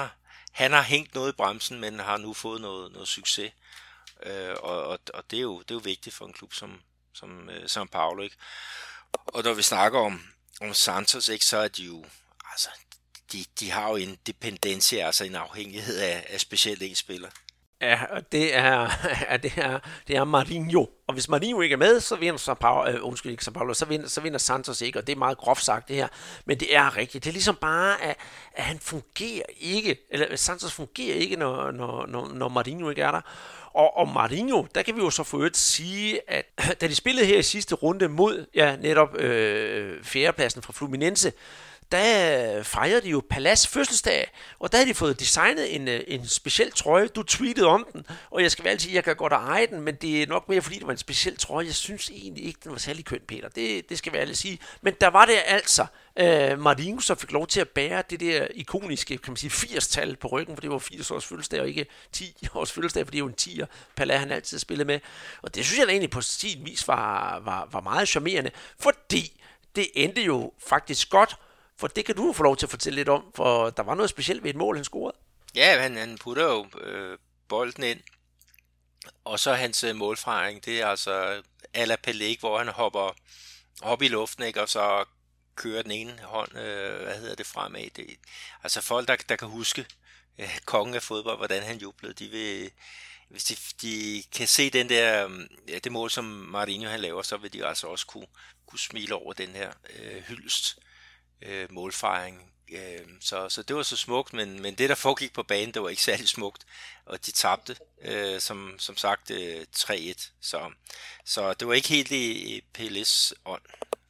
han har hængt noget i bremsen, men har nu fået noget succes. Og det er jo vigtigt for en klub som São Paulo, ikke? Og når vi snakker om Santos, ikke, så er de jo, altså, de har jo en dependency, altså en afhængighed af specielt en spiller. Ja, og det er Marinho. Og hvis Marinho ikke er med, så vinder São Paulo, så vinder Santos ikke, og det er meget groft sagt det her, men det er rigtigt. Det er ligesom bare, at han fungerer ikke, eller Santos fungerer ikke, når Marinho ikke er der. Og Marinho, der kan vi jo så for øvrigt sige, at da de spillede her i sidste runde mod netop fjerdepladsen fra Fluminense, der fejrede de jo Palas fødselsdag, og der havde de fået designet en speciel trøje. Du tweetede om den, og jeg skal vel sige, at jeg kan godt eje den, men det er nok mere, fordi det var en speciel trøje. Jeg synes egentlig ikke, den var særlig køn, Peter. Det skal vi alle sige. Men der var det altså Marinho, som fik lov til at bære det der ikoniske, kan man sige, 80-tal på ryggen, for det var 80 års fødselsdag, og ikke 10 års fødselsdag, for det er jo en 10'er. Palas han altid spillet med. Og det synes jeg da egentlig på sin vis var meget charmerende, fordi det endte jo faktisk godt. For det kan du jo få lov til at fortælle lidt om, for der var noget specielt ved et mål, han scorede. Ja, han putter jo bolden ind, og så hans målfejring, det er altså à la Pelé, hvor han hopper op i luften, ikke, og så kører den ene hånd, fremad. Altså folk, der kan huske kongen af fodbold, hvordan han jublede, hvis de kan se den der, det mål, som Marinho han laver, så vil de altså også kunne smile over den her hyldest. Målfejring. Så det var så smukt, men det der foregik på banen, det var ikke særlig smukt, og de tabte som sagt 3-1. Så det var ikke helt i Pelés ånd.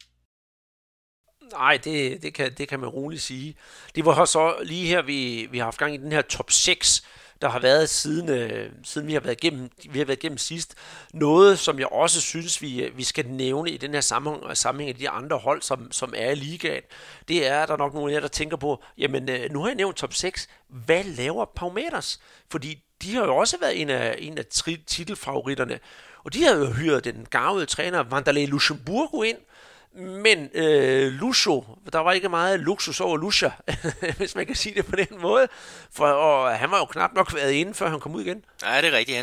Nej, det kan man roligt sige. Det var så lige her, vi har haft gang i den her top 6, der har været siden vi har været igennem sidst. Noget, som jeg også synes, vi skal nævne i den her sammenhæng af de andre hold, som er i ligaen, det er, at der er nok nogle af jer, der tænker på, jamen nu har jeg nævnt top 6, hvad laver Palmeiras? Fordi de har jo også været en af titelfavoritterne, og de har jo hyret den garvede træner Vanderlei Luxemburgo ind, men Lucho, der var ikke meget luksus over Lucha, hvis man kan sige det på den måde, og han var jo knap nok været inde, før han kom ud igen. Nej, det er rigtigt.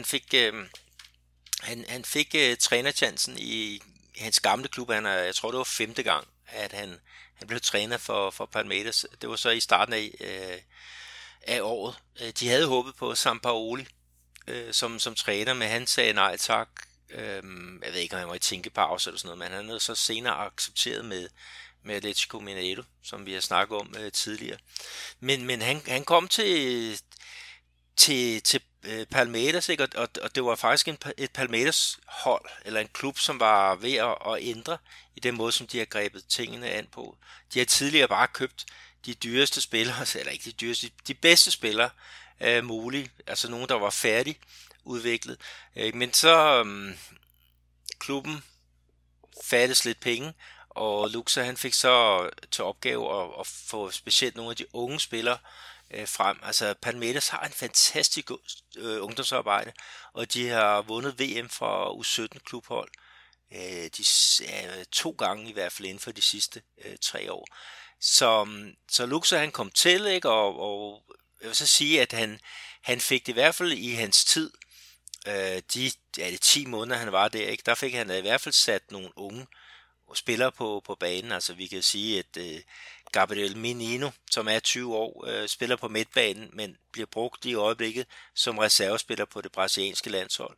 Han fik trænerchancen i hans gamle klub. Jeg tror, det var 5. gang, at han blev træner for Palmeiras. Det var så i starten af året. De havde håbet på Sampaoli som træner, men han sagde nej tak. Jeg ved ikke, om han var i tænkepause eller sådan noget, men han havde så senere accepteret med Atlético Mineiro, som vi har snakket om tidligere. Men han kom til Palmeiras, ikke? Og det var faktisk et Palmeiras hold, eller en klub, som var ved at ændre i den måde, som de har grebet tingene an på. De har tidligere bare købt de dyreste spillere, eller ikke de dyreste, de bedste spillere mulige, altså nogen, der var færdig udviklet. Men så klubben fattes lidt penge, og Luxa han fik så til opgave at få specielt nogle af de unge spillere frem. Altså Palmeiras har en fantastisk ungdomsarbejde, og de har vundet VM fra U17 klubhold. De 2 gange i hvert fald inden for de sidste 3 år. Så Luxa han kom til, ikke, og jeg vil så sige, at han fik det i hvert fald i hans tid, de 10 måneder han var der, ikke, der fik han i hvert fald sat nogle unge spillere på banen. Altså vi kan sige, at Gabriel Menino, som er 20 år, spiller på midtbanen, men bliver brugt i øjeblikket som reservespiller på det brasilianske landshold.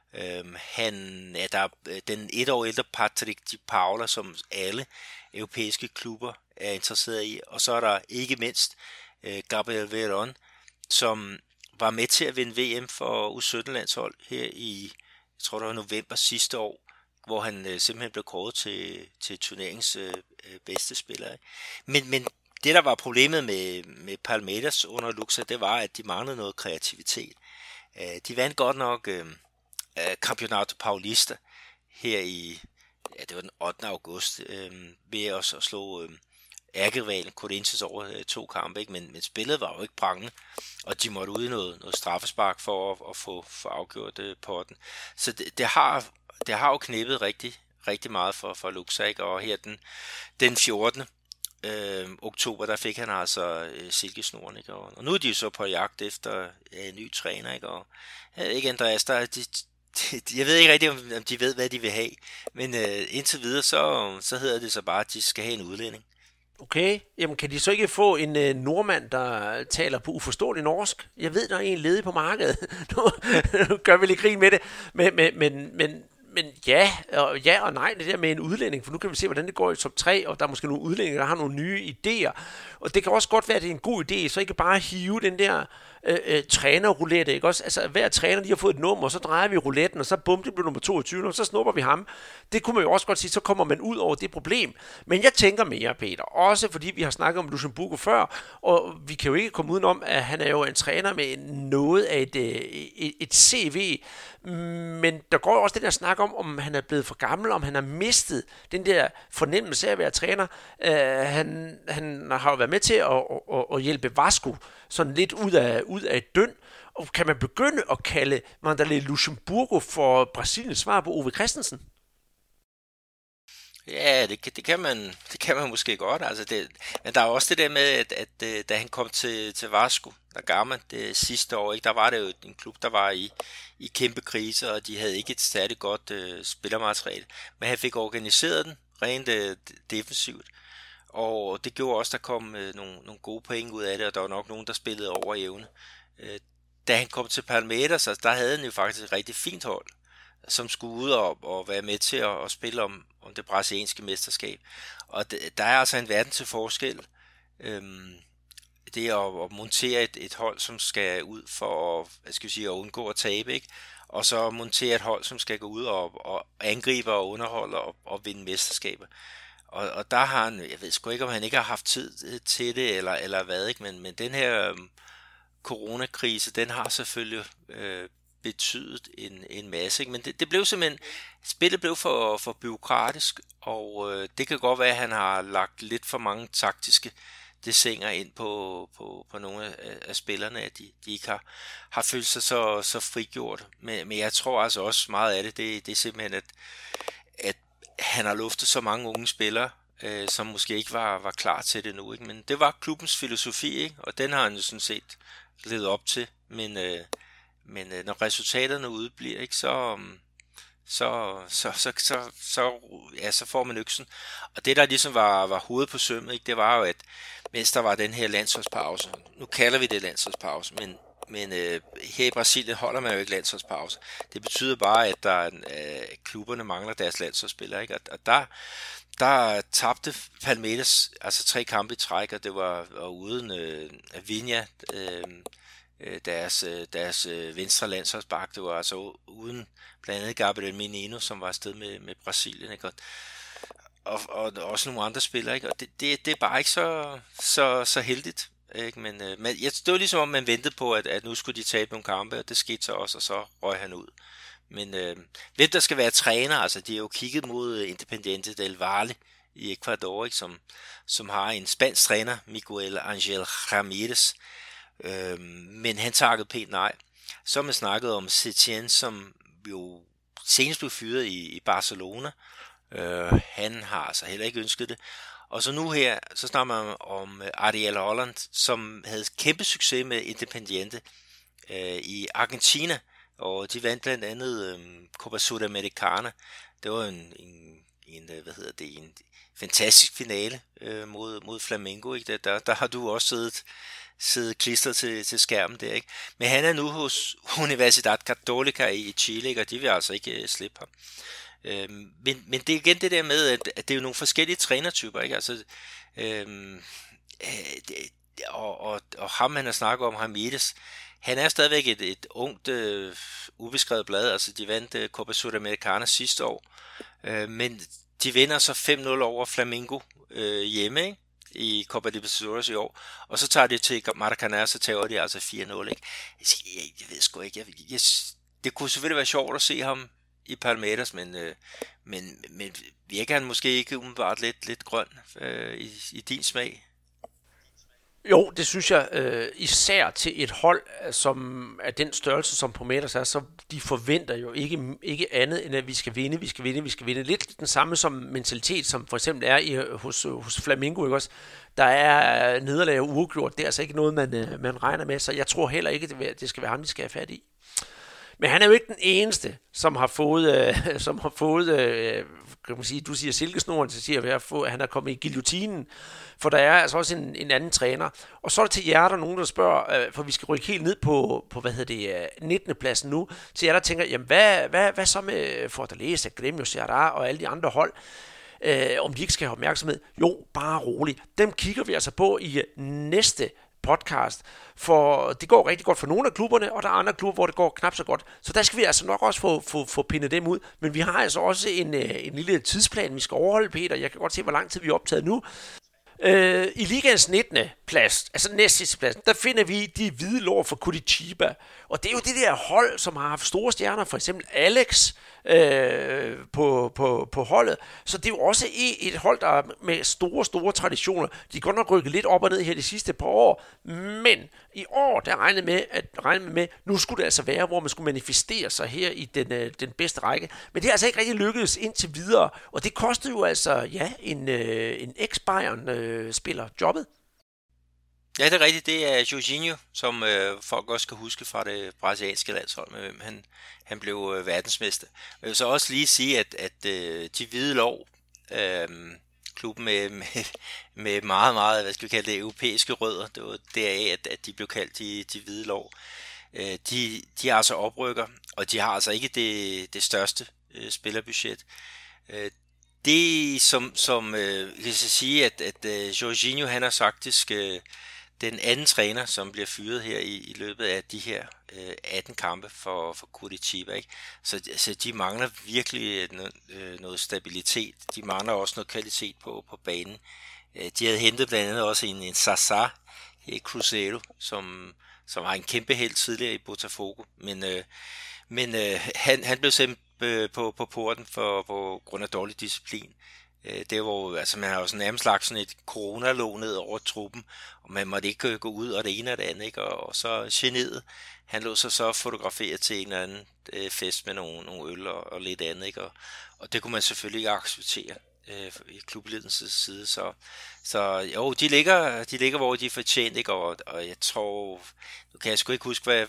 Der er den 1 år ældre Patrick de Paula, som alle europæiske klubber er interesseret i, og så er der ikke mindst Gabriel Veron, som var med til at vinde VM for U17-landshold her i, jeg tror det var november sidste år, hvor han simpelthen blev kåret til turneringens bedste spiller. Men det, der var problemet med Palmeiras under Luxa, det var, at de manglede noget kreativitet. De vandt godt nok Campeonato Paulista her i, det var den 8. august, ved at slå ærkerivalen Corinthians over 2 kampe, ikke? Men spillet var jo ikke prangende, og de måtte ud i noget straffespark for at få afgjort potten. Så det har jo knæppet rigtig, rigtig meget for Luxa, ikke? Og her den 14. oktober, der fik han altså silkesnoren, ikke? Og nu er de jo så på jagt efter en ny træner, ikke? Og ikke Andreas, jeg ved ikke rigtig, om de ved, hvad de vil have, men indtil videre, så hedder det så bare, at de skal have en udlænding. Okay, jamen kan de så ikke få en nordmand, der taler på uforståelig norsk? Jeg ved, der er en ledig på markedet. Nu gør vi lidt grin med det, men ja og nej, det der med en udlænding, for nu kan vi se, hvordan det går i top 3, og der er måske nogle udlændinge, der har nogle nye idéer. Og det kan også godt være, at det er en god idé, så ikke bare hive den der trænerroulette, ikke også? Altså hver træner, de har fået et nummer, og så drejer vi rouletten, og så bum, det bliver nummer 22, og så snupper vi ham. Det kunne man jo også godt sige, så kommer man ud over det problem. Men jeg tænker mere, Peter, også fordi vi har snakket om Luxemburgo før, og vi kan jo ikke komme udenom, at han er jo en træner med noget af et CV, men der går også det der snak om han er blevet for gammel, om han har mistet den der fornemmelse af at være træner. Han har jo været med til at hjælpe Vasco sådan lidt ud af et døn. Og kan man begynde at kalde Wanderlei Luxemburgo for Brasiliens svar på Ove Christensen? Ja, det kan man måske godt. Altså men der er også det der med, at da han kom til Vasco da Gama det sidste år, ikke, der var det jo en klub, der var i kæmpe krise, og de havde ikke et særligt godt spillermateriale. Men han fik organiseret den rent defensivt, og det gjorde også, der kom nogle gode point ud af det, og der var nok nogen, der spillede over evne. Da han kom til Palmeiras, så der havde han jo faktisk et rigtig fint hold, som skulle ud og være med til at spille om det brasilianske mesterskab. Og der er altså en verden til forskel. Det at montere et hold, som skal ud for at undgå at tabe, ikke? Og så montere et hold, som skal gå ud og angribe og underholde og vinde mesterskaber. Og der har han, jeg ved sgu ikke, om han ikke har haft tid til det, eller hvad, ikke? Men den her coronakrise, den har selvfølgelig betydet en masse, ikke? Men det blev simpelthen, spillet blev for bureaukratisk, og det kan godt være, at han har lagt lidt for mange taktiske desinger ind på nogle af spillerne, at de ikke har følt sig så frigjort. Men jeg tror altså også meget af det er simpelthen, at han har luftet så mange unge spillere, som måske ikke var klar til det nu, ikke? Men det var klubbens filosofi, ikke? Og den har han jo sådan set levet op til, men når resultaterne udbliver, ikke, så får man øksen. Og det der ligesom var hovedet på sømmet, ikke, det var jo, at mens der var den her landsholdspause, nu kalder vi det landsholdspause, men her i Brasilien holder man jo ikke landsholdspause. Det betyder bare, at klubberne mangler deres landsholdsspillere, ikke? Og der tabte Palmeiras altså 3 kampe i træk, og det var uden Vinha, deres venstre landsholdsbak. Det var altså uden blandt andet Gabriel Menino, som var afsted med Brasilien, ikke? Og også nogle andre spillere, ikke? Og det er bare ikke så heldigt, ikke? Men det var ligesom om man ventede på, at nu skulle de tabe nogle kampe, og det skete så også, og så røg han ud. Men hvem der skal være træner, altså de har jo kigget mod Independiente del Valle i Ecuador, ikke? Som har en spansk træner, Miguel Angel Ramírez, men han takkede pænt nej. Så har man snakket om Setien, som jo senest blev fyret i Barcelona. Han har altså heller ikke ønsket det. Og så nu her, så snakker man om Ariel Holland, som havde kæmpe succes med Independiente i Argentina, og de vandt blandt andet Copa Sudamericana. Det var en fantastisk finale mod Flamengo, ikke? Der har du også siddet klistret til skærmen der, ikke? Men han er nu hos Universidad Católica i Chile, ikke? Og de vil altså ikke slippe ham. Men det er igen det der med, at det er jo nogle forskellige trænertyper, ikke? Altså, og ham han har snakket om, Ramírez, han er stadigvæk et ungt, ubeskrevet blad. Altså de vandt Copa Sudamericana sidste år, men de vinder så 5-0 over Flamengo hjemme, ikke? I Copa Libertadores i år, og så tager de til Maracanã, så tager de altså 4-0, ikke? Jeg ved sgu ikke, det kunne selvfølgelig være sjovt at se ham i Palmeiras, men virker han måske ikke umiddelbart lidt grøn i din smag? Jo, det synes jeg især til et hold, som er den størrelse, som Palmeiras er, så de forventer jo ikke andet, end at vi skal vinde. Lidt den samme som mentalitet, som for eksempel er hos Flamengo, ikke også? Der er nederlag og uafgjort, det er altså ikke noget, man regner med, så jeg tror heller ikke, at det skal være ham, de skal have fat i. Men han er jo ikke den eneste, som har fået, kan man sige, du siger silkesnoren, så siger jeg, at han er kommet i guillotinen, for der er altså også en anden træner. Og så er det til jer, der er nogen, der spørger, for vi skal rykke helt ned på 19. pladsen nu, til jer, der tænker, jamen hvad så med Fortaleza, Grêmio, Ceará og alle de andre hold, om de ikke skal have opmærksomhed? Jo, bare roligt. Dem kigger vi altså på i næste podcast, for det går rigtig godt for nogle af klubberne, og der er andre klubber, hvor det går knap så godt. Så der skal vi altså nok også få pindet dem ud. Men vi har altså også en lille tidsplan, vi skal overholde, Peter. Jeg kan godt se, hvor lang tid vi er optaget nu. I ligaens 19. plads, altså næstsidste plads, der finder vi de hvide lår for Curitiba. Og det er jo det der hold, som har haft store stjerner, for eksempel Alex på holdet. Så det er jo også et hold, der er med store traditioner. De er godt nok rykket lidt op og ned her de sidste par år, men i år, der regnede med, nu skulle det altså være, hvor man skulle manifestere sig her i den bedste række. Men det er altså ikke rigtig lykkedes indtil videre, og det kostede jo altså, en ex-Bayern-spiller jobbet. Ja, det er rigtigt. Det er Jorginho, som folk også skal huske fra det brasilianske landshold, med hvem han blev verdensmester. Men jeg vil så også lige sige, at de hvide lov, klubben med meget, meget, hvad skal vi kalde det, europæiske rødder, det var deraf, at de blev kaldt de hvide lov. De er altså oprykker, og de har altså ikke det største spillerbudget. Det som kan sige, at Jorginho, han er faktisk den anden træner, som bliver fyret her i løbet af de her 18 kampe for Curitiba, ikke? Så de mangler virkelig noget stabilitet. De mangler også noget kvalitet på banen. De havde hentet blandt andet også en Sassá i Cruzeiro, som var en kæmpe held tidligere i Botafogo, men han blev sendt på porten på grund af dårlig disciplin. Det var altså, man har jo sådan nærmest lagt sådan et coronalåg ned over truppen, og man måtte ikke gå ud og det ene og det andet, ikke? Og så generet. Han lå sig så fotograferet til en eller anden fest med nogle øl og lidt andet, ikke? Og det kunne man selvfølgelig ikke acceptere i klubledelsens side, så jo, de ligger hvor de er fortjent, ikke? Og jeg tror, nu kan jeg sgu ikke huske, hvad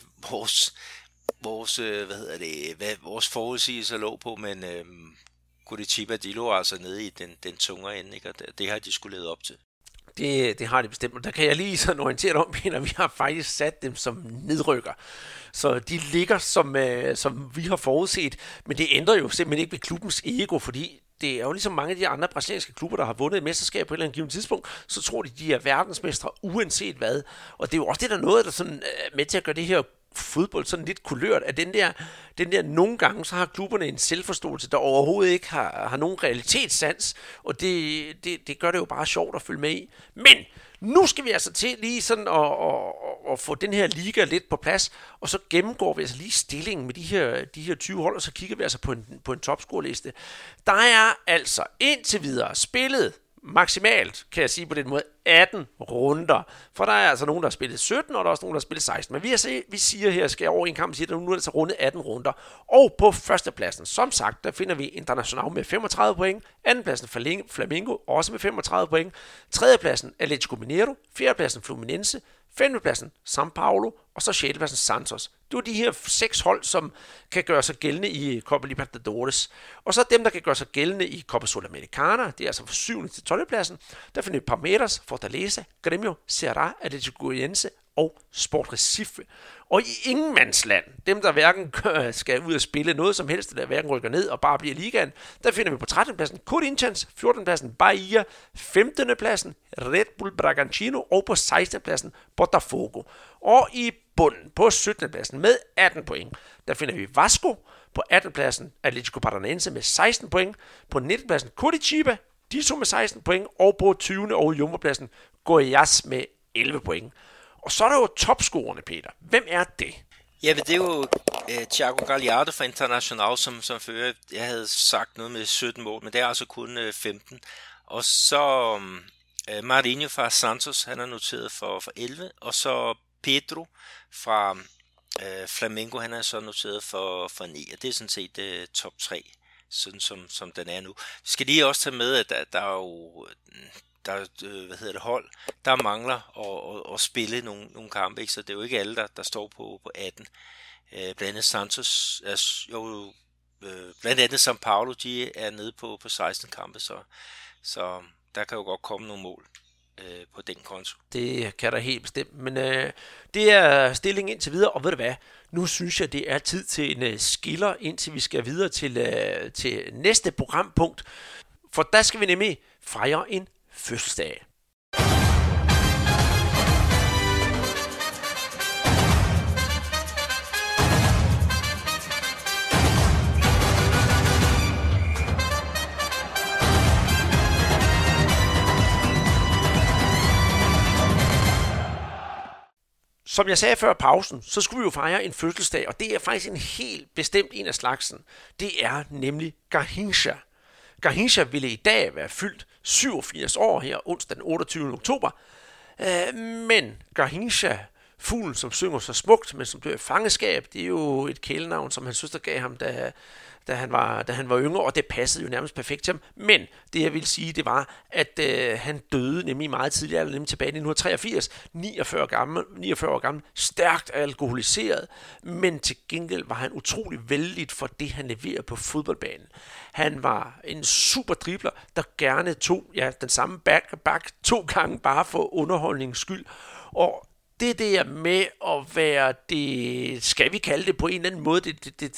vores forudsigelser lå på, men Curitiba, de lå altså nede i den tungere ende, ikke? Og det har de skulle lede op til. Det har de bestemt, og der kan jeg lige sådan orientere dig om, Peter, vi har faktisk sat dem som nedrykker. Så de ligger som vi har forudset, men det ændrer jo simpelthen ikke ved klubbens ego, fordi det er jo ligesom mange af de andre brasilianske klubber, der har vundet et mesterskab på et eller andet givet tidspunkt, så tror de er verdensmestre uanset hvad. Og det er jo også det, der er noget, der sådan er med til at gøre det her fodbold sådan lidt kulørt, at den der nogle gange, så har klubberne en selvforståelse, der overhovedet ikke har nogen realitetssans, og det gør det jo bare sjovt at følge med i. Men nu skal vi altså til lige sådan at få den her liga lidt på plads, og så gennemgår vi altså lige stillingen med de her 20 hold, og så kigger vi altså på en topscoreliste. Der er altså indtil videre spillet maksimalt, kan jeg sige på den måde, 18 runder. For der er altså nogen, der har spillet 17, og der er også nogen, der har spillet 16. Men vi siger her, skal jeg over en kamp, siger, at nu er det så rundet 18 runder. Og på førstepladsen, som sagt, der finder vi Internacional med 35 point. Andenpladsen Flamengo, også med 35 point. Tredjepladsen Atlético Mineiro. Fjerdepladsen Fluminense. Femtepladsen São Paulo, og så sjettepladsen Santos. Det er de her 6 hold, som kan gøre sig gældende i Copa Libertadores. Og så dem, der kan gøre sig gældende i Copa Sudamericana, det er altså fra 7. til 12. pladsen. Der finder vi Palmeiras, Fortaleza, Grêmio, Ceará, Atlético Goianiense og Sport Recife. Og i ingenmandsland, dem der hverken skal ud og spille noget som helst, der hverken rykker ned og bare bliver ligaen, der finder vi på 13. pladsen Corinthians, 14. pladsen Bahia, 15. pladsen Red Bull Bragantino og på 16. pladsen Botafogo. Og i bunden på 17. pladsen med 18 point, der finder vi Vasco, på 18. pladsen Atlético Paranaense med 16 point, på 19. pladsen Curitiba, de to med 16 point, og på 20. og jumbo-pladsen Goiás med 11 point. Og så er der jo topscorerne, Peter. Hvem er det? Ja, men det er jo Thiago Gallardo fra Internacional, som før jeg havde sagt noget med 17 mål, men det er altså kun 15. Og så Marinho fra Santos, han er noteret for 11, og så Pedro fra Flamengo, han er så noteret for 9, og det er sådan set top 3, sådan som den er nu. Vi skal lige også tage med, at der er jo hold, der mangler at spille nogle kampe, ikke? Så det er jo ikke alle, der står på 18. Blandt andet Santos, blandt andet São Paulo, de er nede på 16 kampe, så der kan jo godt komme nogle mål på den konto. Det kan der helt bestemt, men det er stillingen indtil videre, og ved du hvad, nu synes jeg, det er tid til en skiller, indtil vi skal videre til næste programpunkt, for der skal vi nemlig fejre en fødselsdag. Som jeg sagde før pausen, så skulle vi jo fejre en fødselsdag, og det er faktisk en helt bestemt en af slagsen. Det er nemlig Garrincha. Garrincha ville i dag være fyldt 87 år her onsdag den 28. oktober. Men Garrincha, fuglen som synger så smukt, men som dør i fangeskab, det er jo et kælenavn, som hans søster gav ham, da han var yngre, og det passede jo nærmest perfekt til ham. Men det jeg vil sige, det var, at han døde nemlig meget tidligere, nemlig tilbage i 1983, 49 år gammel, stærkt alkoholiseret, men til gengæld var han utrolig vældig for det, han leverede på fodboldbanen. Han var en super dribler, der gerne tog den samme back 2 gange bare for underholdningens skyld, og det der med at være det, skal vi kalde det på en eller anden måde,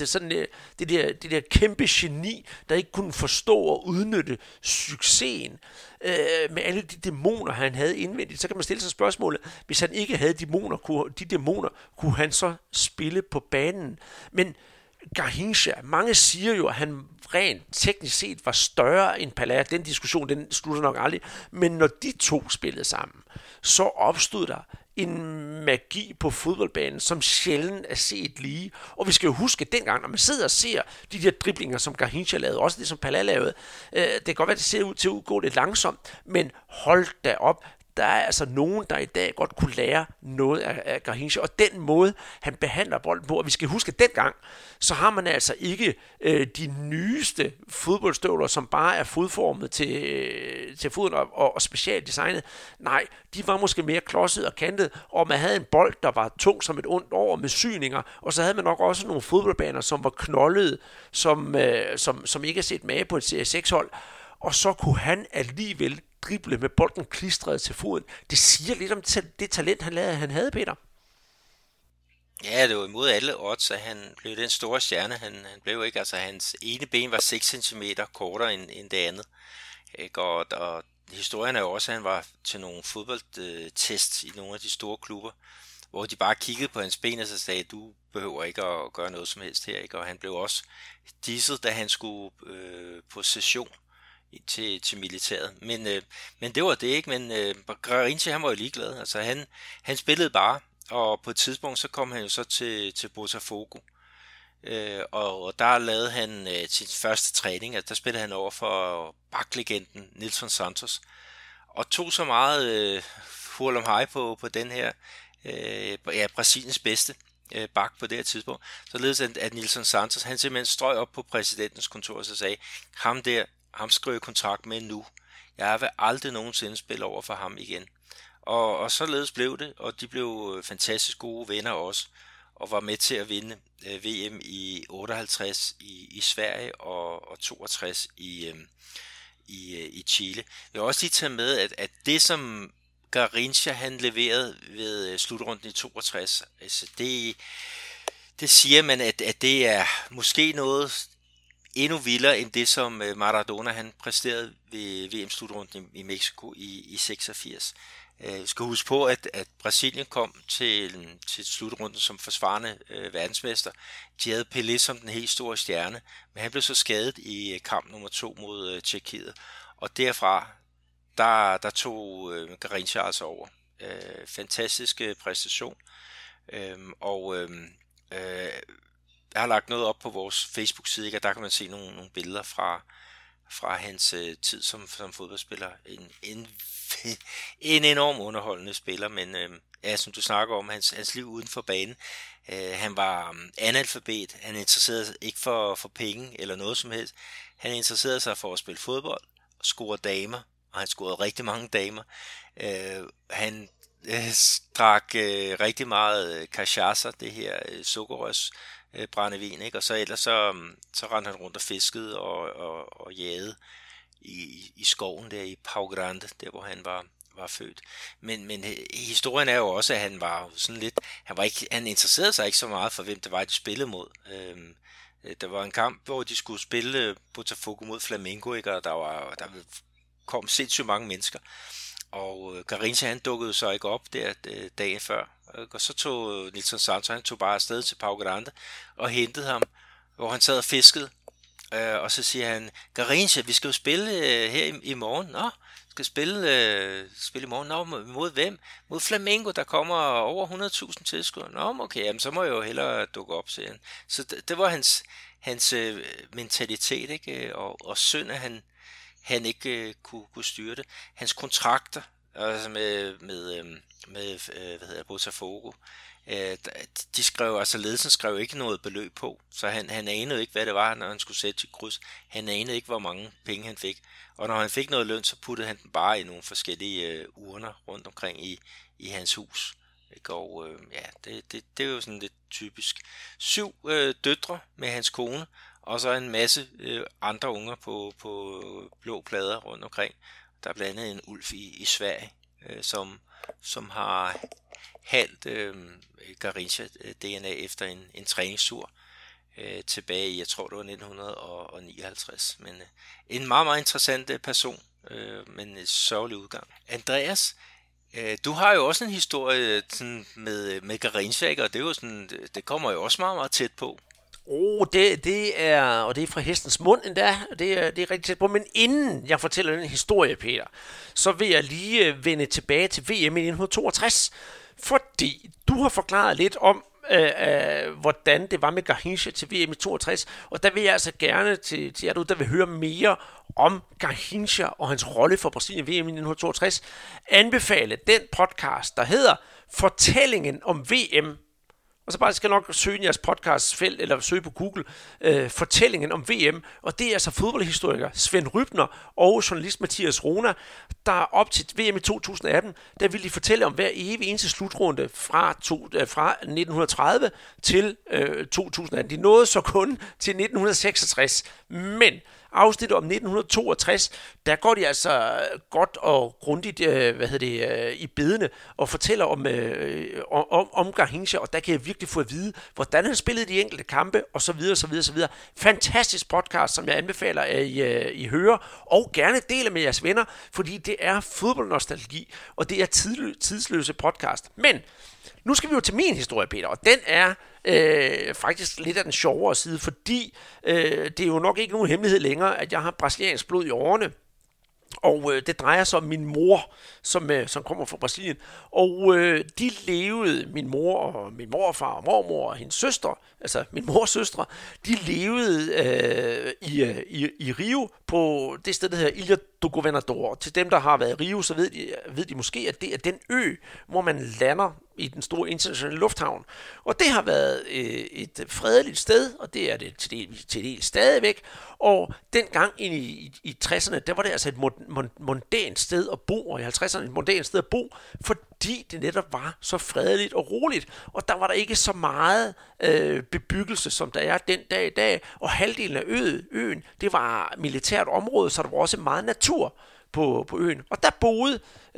det der kæmpe geni, der ikke kunne forstå og udnytte succesen med alle de dæmoner, han havde indvendigt, så kan man stille sig spørgsmålet, hvis han ikke havde de dæmoner, kunne han så spille på banen? Men Garrincha, mange siger jo, at han rent teknisk set var større end Pelé. Den diskussion, den slutter nok aldrig. Men når de to spillede sammen, så opstod der en magi på fodboldbanen, som sjældent er set lige. Og vi skal jo huske, at dengang, når man sidder og ser de der driblinger, som Garrincha lavede, også det, som Pelé lavede, det kan godt være, det ser ud til at udgå lidt langsomt, men hold da op, der er altså nogen, der i dag godt kunne lære noget af Garrincha, og den måde, han behandler bolden på, og vi skal huske, at dengang, så har man altså ikke de nyeste fodboldstøvler, som bare er fodformet til foden og specielt designet. Nej, de var måske mere klodset og kantet, og man havde en bold, der var tung som et ondt år med syninger, og så havde man nok også nogle fodboldbaner, som var knoldede, som ikke er set mage på et Serie 6-hold, og så kunne han alligevel drible med bolden klistret til foden. Det siger lidt om det talent, han havde, Peter. Ja, det var imod alle odds, at han blev den store stjerne. Han blev ikke, altså hans ene ben var 6 cm kortere end det andet. Ikke? Og historien er jo også, at han var til nogle fodboldtests i nogle af de store klubber, hvor de bare kiggede på hans ben og så sagde, du behøver ikke at gøre noget som helst her. Ikke? Og han blev også disset, da han skulle på session til militæret. Men det var det ikke, men Garrincha, han var jo ligeglad. Altså han spillede bare, og på et tidspunkt så kom han jo så til Botafogo. Og der lavede han sin første træning, altså der spillede han over for baklegenden Nilson Santos, og tog så meget hurlum hej på den her, Brasiliens bedste bak på det her tidspunkt, således at Nilson Santos, han simpelthen strøg op på præsidentens kontor og så sagde, ham skriver kontrakt med nu. Jeg vil aldrig nogensinde spille over for ham igen. Og således blev det, og de blev fantastisk gode venner også, og var med til at vinde VM i 58 i Sverige og 62 i Chile. Jeg vil også lige tage med, at det som Garrincha han leverede ved slutrunden i 62, altså det siger man, at det er måske noget endnu vildere end det, som Maradona han præsterede ved VM-slutrunden i Mexico i 86. Vi skal huske på, at Brasilien kom til slutrunden som forsvarende verdensmester. De havde Pelé som den helt store stjerne, men han blev så skadet i kamp nummer 2 mod Tjekkiet. Og derfra, der tog Garrincha altså over. Fantastisk præstation. Jeg har lagt noget op på vores Facebook-side, og der kan man se nogle billeder fra hans tid som fodboldspiller. En enorm underholdende spiller, men ja, som du snakker om, hans liv uden for banen. Han var analfabet, han interesserede sig ikke for penge eller noget som helst. Han interesserede sig for at spille fodbold og score damer, og han scorede rigtig mange damer. Han drak rigtig meget cachaça, det her sukkerrørs brændevin, ikke? Og så ellers så rendte han rundt og fiskede og jagede i skoven der i Pau Grande, der hvor han var født. Men historien er jo også, at han var sådan lidt, han interesserede sig ikke så meget for hvem det var, de spillede mod. Der var en kamp, hvor de skulle spille Botafogo mod Flamengo, ikke? Og der kom sindssygt mange mennesker. Og Garrincha, han dukkede så ikke op der dagen før. Og så tog Nilson Santos, han tog bare afsted til Pau Grande og hentede ham, hvor han sad og fiskede. Og så siger han, Garrincha, vi skal jo spille her i morgen. Nå, skal spille i morgen. Nå, mod hvem? Mod Flamengo, der kommer over 100.000 tilskuere. Nå, okay, jamen, så må jeg jo hellere dukke op, siger han. Så det var hans mentalitet, ikke? Og synd, at han ikke kunne styre det. Hans kontrakter altså med Botafogo, de skrev, altså ledelsen skrev ikke noget beløb på, så han anede ikke, hvad det var, når han skulle sætte sit kryds. Han anede ikke, hvor mange penge han fik. Og når han fik noget løn, så puttede han den bare i nogle forskellige urner rundt omkring i hans hus. Og ja, det er jo sådan lidt typisk. 7 døtre med hans kone, og så en masse andre unger på blå plader rundt omkring. Der er blandt andet en ulv i Sverige, som har halvt Garrincha DNA efter en træningstur tilbage i, jeg tror det var 1959. Men en meget, meget interessant person, men en sørgelig udgang. Andreas, du har jo også en historie sådan med Garrincha, ikke? Og det er jo sådan, det kommer jo også meget, meget tæt på. Det er fra hestens mund endda, det er rigtig tæt på. Men inden jeg fortæller den historie, Peter, så vil jeg lige vende tilbage til VM i 1962, fordi du har forklaret lidt om, hvordan det var med Garrincha til VM i 62, og der vil jeg altså gerne til jer, der vil høre mere om Garrincha og hans rolle for Brasilien VM i 1962, anbefale den podcast, der hedder Fortællingen om VM. Og så bare skal nok søge i jeres podcastfelt, eller søge på Google, Fortællingen om VM. Og det er altså fodboldhistoriker Sven Rybner og journalist Mathias Rona, der op til VM i 2018, der vil de fortælle om hver evig eneste slutrunde fra 1930 til 2018. De nåede så kun til 1966, men afsnittet om 1962, der går de altså godt og grundigt i bedene og fortæller om Garrincha, og der kan jeg virkelig få at vide, hvordan han spillede de enkelte kampe, og så videre, så videre, så videre. Fantastisk podcast, som jeg anbefaler, at I hører, og gerne deler med jeres venner, fordi det er fodboldnostalgi, og det er tidsløse podcast. Men nu skal vi jo til min historie, Peter, og den er faktisk lidt af den sjovere side, fordi det er jo nok ikke nogen hemmelighed længere, at jeg har brasiliansk blod i årene. Og det drejer sig om min mor, som kommer fra Brasilien. Og de levede, min mor og min morfar og mormor og hendes søster, altså min mors søstre, de levede i Rio på det sted, der hedder Ilha do Governador. Til dem, der har været i Rio, så ved de måske, at det er den ø, hvor man lander i den store internationale lufthavn. Og det har været et fredeligt sted, og det er det til del stadigvæk. Og dengang i 60'erne, der var det altså et mondænt sted at bo, og i 50'erne et mondænt sted at bo, fordi det netop var så fredeligt og roligt. Og der var der ikke så meget bebyggelse, som der er den dag i dag. Og halvdelen af øen, det var militært område, så der var også meget natur på øen. Og der boede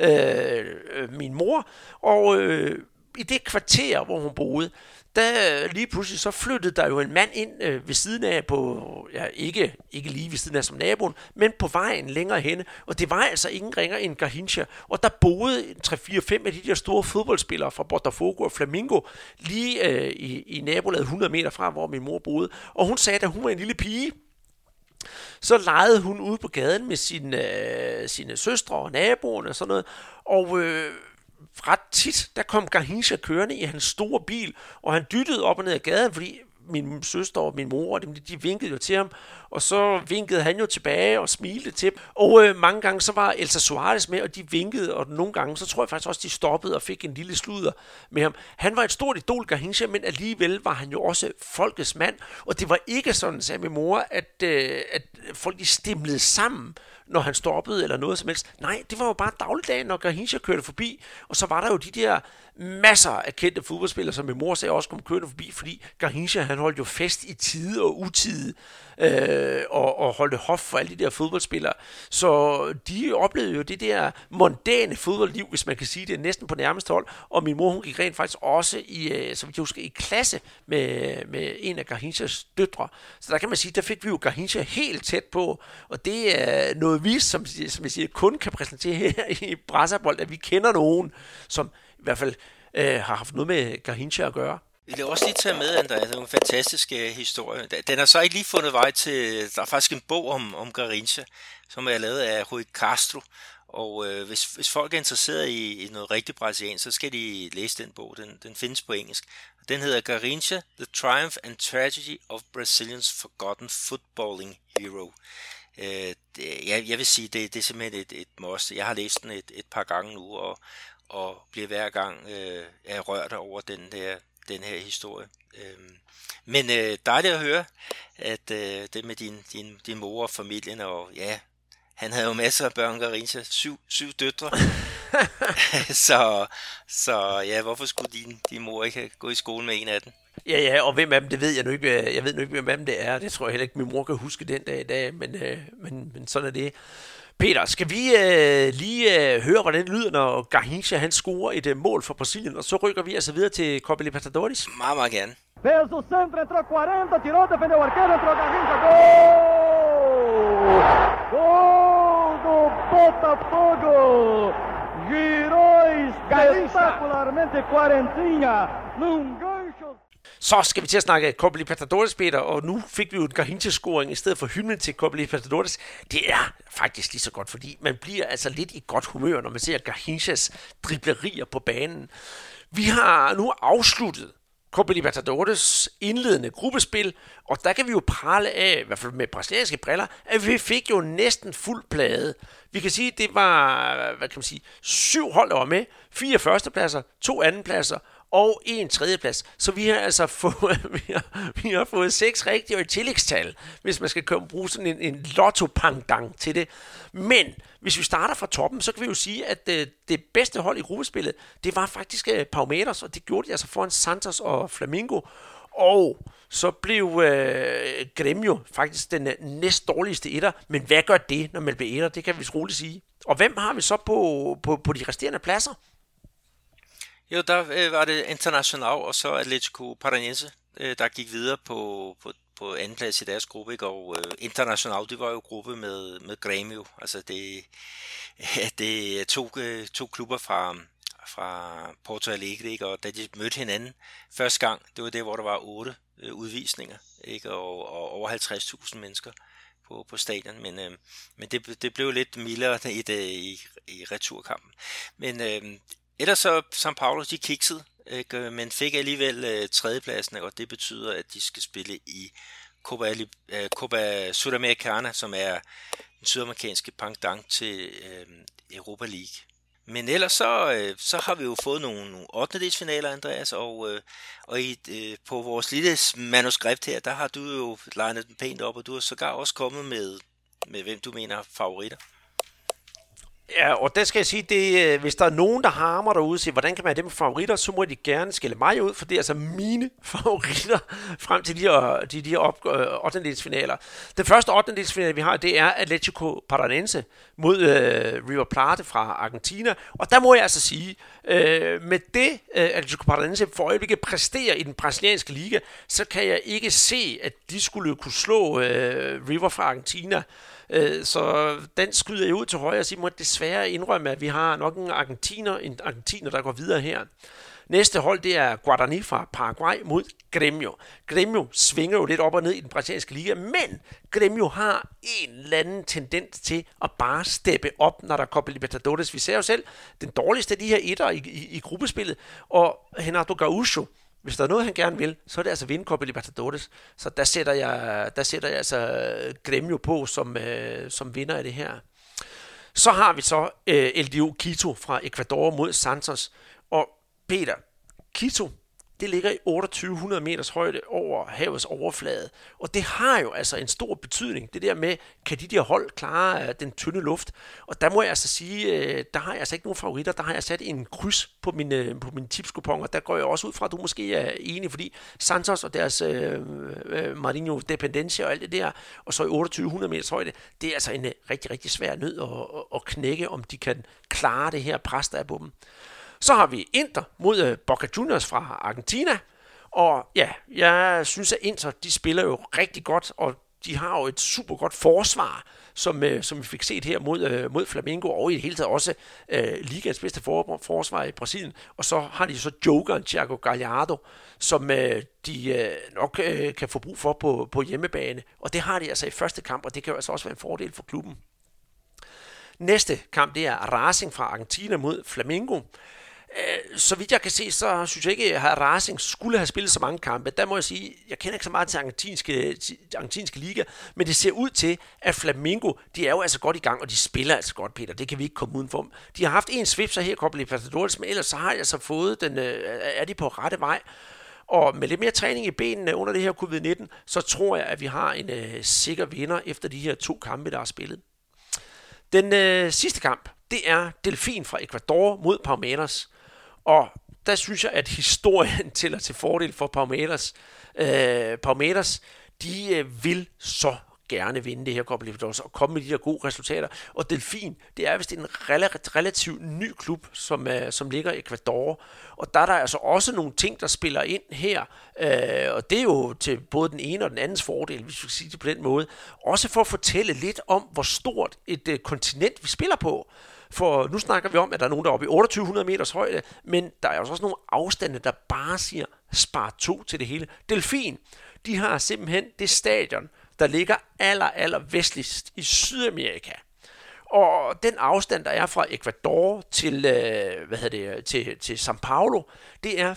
min mor, og i det kvarter, hvor hun boede, der lige pludselig så flyttede der jo en mand ind ved siden af ikke lige ved siden af som naboen, men på vejen længere henne, og det var altså ingen ringer end Garrincha, og der boede 3-4-5 af de der store fodboldspillere fra Botafogo og Flamengo lige i nabolaget 100 meter fra, hvor min mor boede, og hun sagde, at hun var en lille pige, så legede hun ude på gaden med sine søstre og naboerne og sådan noget, og ret tit, der kom Garrincha kørende i hans store bil, og han dyttede op og ned ad gaden, fordi min søster og min mor, de vinkede jo til ham, og så vinkede han jo tilbage og smilte til dem. Og mange gange så var Elsa Suarez med, og de vinkede, og nogle gange så tror jeg faktisk også, de stoppede og fik en lille sludder med ham. Han var et stort idol, Garrincha, men alligevel var han jo også folkets mand, og det var ikke sådan, sagde min mor, at folk de stimlede sammen, når han stoppede eller noget som helst. Nej, det var jo bare dagligdagen, når Garrincha kørte forbi, og så var der jo de der masser af kendte fodboldspillere, som min mor sagde også kom kørende forbi, fordi Garrincha, han holdt jo fest i tide og utide, og holdte hof for alle de der fodboldspillere. Så de oplevede jo det der mondæne fodboldliv, hvis man kan sige det, næsten på nærmeste hold, og min mor, hun gik rent faktisk også i, som jeg husker, i klasse med en af Garrinchas døtre. Så der kan man sige, der fik vi jo Garrincha helt tæt på, og det er noget vi, som jeg siger, kun kan præsentere her i Brasserbold, at vi kender nogen, som i hvert fald har haft noget med Garrincha at gøre. Vi vil også lige tage med, Andreas, det er en fantastisk historie. Den har så ikke lige fundet vej til, der er faktisk en bog om Garrincha, som er lavet af Rui Castro, og hvis folk er interesseret i noget rigtig brasiliansk, så skal de læse den bog, den findes på engelsk. Den hedder Garrincha, The Triumph and Tragedy of Brazilians Forgotten Footballing Hero. Jeg vil sige, det er simpelthen et must. Jeg har læst den et par gange nu, og bliver hver gang rørt over den her historie. Men dejligt at høre, at det med din mor og familien, og ja, han havde jo masser af børn, Garrincha, syv døtre. så ja, hvorfor skulle din mor ikke gå i skole med en af dem? Ja, og hvem af dem, det ved jeg nu ikke. Jeg ved nu ikke, hvem af dem det er. Det tror jeg heller ikke, min mor kan huske den dag i dag, men sådan er det. Peter, skal vi lige høre, hvordan det lyder, når Garrincha han scorer et mål for Brasilien, og så rykker vi altså videre til Copa Libertadores? Meget, meget gerne. Fez o centro, entrou 40, tirou, defendeu o arqueiro, entrou Garrincha, gol! Gol do Botafogo! Girou espetacularmente Quarentinha num gancho. Så skal vi til at snakke Copa Libertadores, Peter, og nu fik vi jo en Garrincha-scoring i stedet for hymnen til Copa Libertadores. Det er faktisk lige så godt, fordi man bliver altså lidt i godt humør, når man ser Garrinchas driblerier på banen. Vi har nu afsluttet Copa Libertadores indledende gruppespil, og der kan vi jo prale af, i hvert fald med brasilianske briller, at vi fik jo næsten fuld plade. Vi kan sige, at det var, 7 hold, der var med, 4 førstepladser, 2 andenpladser, og 1 tredjeplads. Så vi har altså fået 6 rigtige og et tillægstal, hvis man skal bruge sådan en lotto-pangdang til det. Men hvis vi starter fra toppen, så kan vi jo sige, at det bedste hold i gruppespillet, det var faktisk Palmeiras, og det gjorde de altså foran Santos og Flamengo. Og så blev Grêmio faktisk den næst dårligste etter. Men hvad gør det, når man bliver etter? Det kan vi roligt sige. Og hvem har vi så på de resterende pladser? Jo, der var det Internacional og så Atlético Paranaense, der gik videre på anden plads i deres gruppe, ikke? Og Internacional, det var jo gruppe med Grêmio. Altså det er to klubber fra Porto Alegre, ikke? Og da de mødte hinanden første gang, det var det, hvor der var 8 udvisninger, ikke? Og over 50.000 mennesker på stadion, men det blev lidt mildere i returkampen. Men ellers så São Paulo, de kiksede, ikke? Men fik alligevel tredjepladsen, og det betyder, at de skal spille i Copa Sudamericana, som er den sydamerikanske pendant til Europa League. Men ellers så har vi jo fået nogle 8. Andreas, og på vores lille manuskript her, der har du jo legnet den pænt op, og du har sågar også kommet med hvem du mener favoritter. Ja, og der skal jeg sige, hvis der er nogen, der harmer derude og siger, hvordan kan man have dem favoritter, så må de gerne skille mig ud, for det er altså mine favoritter frem til de her 8. Den første 8. vi har, det er Atlético Paranaense mod River Plate fra Argentina, og der må jeg altså sige, med det Atlético Paranaense for øjeblikket præsterer i den brasilianske liga, så kan jeg ikke se, at de skulle kunne slå River fra Argentina. Så den skyder jeg ud til højre og siger, må desværre indrømme, at vi har nok en argentiner, der går videre her. Næste hold, det er Guarani fra Paraguay mod Grêmio. Grêmio svinger jo lidt op og ned i den brasilianske liga, men Grêmio har en eller anden tendens til at bare steppe op, når der kommer Libertadores. Vi ser jo selv den dårligste af de her etter i gruppespillet, og Renato Gaúcho, Hvis der er noget, han gerne vil, så er det altså vinde Copa Libertadores. Så der sætter jeg altså Grêmio på som vinder af det her. Så har vi så LDU Quito fra Ecuador mod Santos. Og Peter, Quito, det ligger i 2800 meters højde over havets overflade. Og det har jo altså en stor betydning. Det der med, kan de der hold klare den tynde luft? Og der må jeg altså sige, der har jeg altså ikke nogen favoritter. Der har jeg sat en kryds på min tipskupon, og der går jeg også ud fra, at du måske er enig, fordi Santos og deres Marinho Dependencia og alt det der, og så i 2800 meters højde, det er altså en rigtig, rigtig svær nød at knække, om de kan klare det her pres, der er på dem. Så har vi Inter mod Boca Juniors fra Argentina, og ja, jeg synes, at Inter, de spiller jo rigtig godt, og de har jo et super godt forsvar, som vi fik set her mod Flamengo, og i det hele taget også ligaens bedste forsvar i Brasilien. Og så har de så jokeren Thiago Gallardo, som de nok kan få brug for på hjemmebane, og det har de altså i første kamp, og det kan jo altså også være en fordel for klubben. Næste kamp, det er Racing fra Argentina mod Flamengo. Så vidt jeg kan se, så synes jeg ikke, at Racing skulle have spillet så mange kampe. Der må jeg sige, jeg kender ikke så meget til argentinske liga, men det ser ud til, at Flamengo, de er jo altså godt i gang, og de spiller altså godt, Peter. Det kan vi ikke komme uden for. De har haft en svipser her, Copa Libertadores, men ellers så har de altså fået den, er de på rette vej. Og med lidt mere træning i benene under det her covid-19, så tror jeg, at vi har en sikker vinder efter de her 2 kampe, der er spillet. Den sidste kamp, det er Delfin fra Ecuador mod Palmeiras. Og der synes jeg, at historien tæller til fordel for Palmeiras. Palmeiras, de vil så gerne vinde det her Copa Libertadores og komme med de her gode resultater. Og Delfin, det er vist en relativt ny klub, som ligger i Ecuador. Og der er der altså også nogle ting, der spiller ind her. Og det er jo til både den ene og den andens fordel, hvis vi skal sige det på den måde. Også for at fortælle lidt om, hvor stort et kontinent vi spiller på. For nu snakker vi om, at der er nogen, der er oppe i 2800 meters højde, men der er også nogle afstande, der bare siger, spar 2 til det hele. Delfin, de har simpelthen det stadion, der ligger aller vestligst i Sydamerika. Og den afstand, der er fra Ecuador til, til São Paulo, det er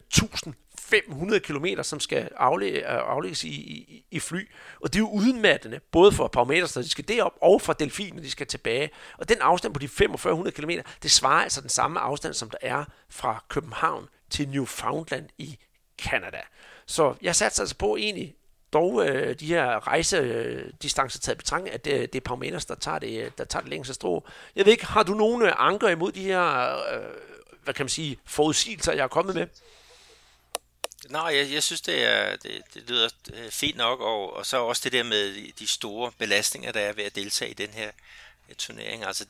4.500 kilometer, som skal aflægges i fly. Og det er jo udmattende, både for Palmeiras, når de skal derop, og for Delfin, når de skal tilbage. Og den afstand på de 4500 kilometer, det svarer altså den samme afstand, som der er fra København til Newfoundland i Canada. Så jeg satser altså på egentlig, dog de her rejsedistancer taget i betragtning, at det er Palmeiras, der tager det længste strå. Jeg ved ikke, har du nogle anker imod de her, hvad kan man sige, forudsigelser, jeg er kommet med? Nej, jeg synes, det lyder fint nok, og så også det der med de store belastninger, der er ved at deltage i den her turnering. Altså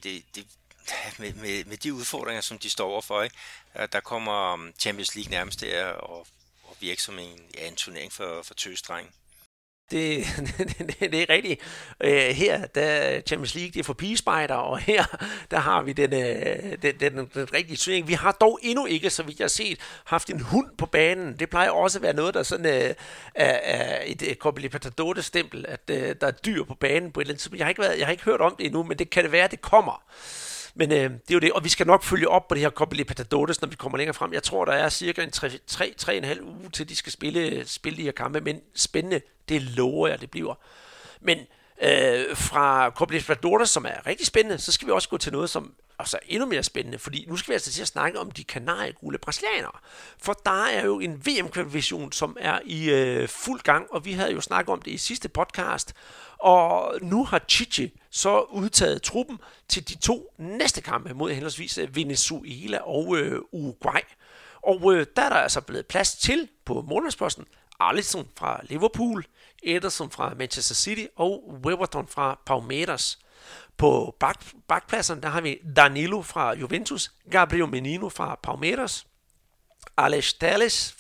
med de udfordringer, som de står overfor, ikke? Der kommer Champions League nærmest der og virke som en turnering for tøsdrenge. Det er rigtigt. Her der Champions League, det er for pigespejder, og her der har vi den rigtige turnering. Vi har dog endnu ikke, så vidt jeg har set, haft en hund på banen. Det plejer også at være noget, der sådan er et Copa Libertadores stempel, at der er dyr på banen på et eller andet tidspunkt. Jeg har ikke hørt om det endnu, men det kan det være, det kommer. Men det er jo det, og vi skal nok følge op på det her Copa Libertadores, når vi kommer længere frem. Jeg tror, der er cirka en 3,5 uge til, de skal spille de her kampe, men spændende, det lover jeg, det bliver. Men fra Copa Libertadores, som er rigtig spændende, så skal vi også gå til noget, som også er endnu mere spændende, fordi nu skal vi altså til at snakke om de kanariegule brasilianere. For der er jo en VM-kvalifikation, som er i fuld gang, og vi havde jo snakket om det i sidste podcast, og nu har Tite så udtaget truppen til de 2 næste kampe mod henholdsvis Venezuela og Uruguay. Og der er der altså blevet plads til på månedsposten Alisson fra Liverpool, Ederson fra Manchester City og Weberton fra Palmeiras. På bakpladserne der har vi Danilo fra Juventus, Gabriel Menino fra Palmeiras, Alex Telles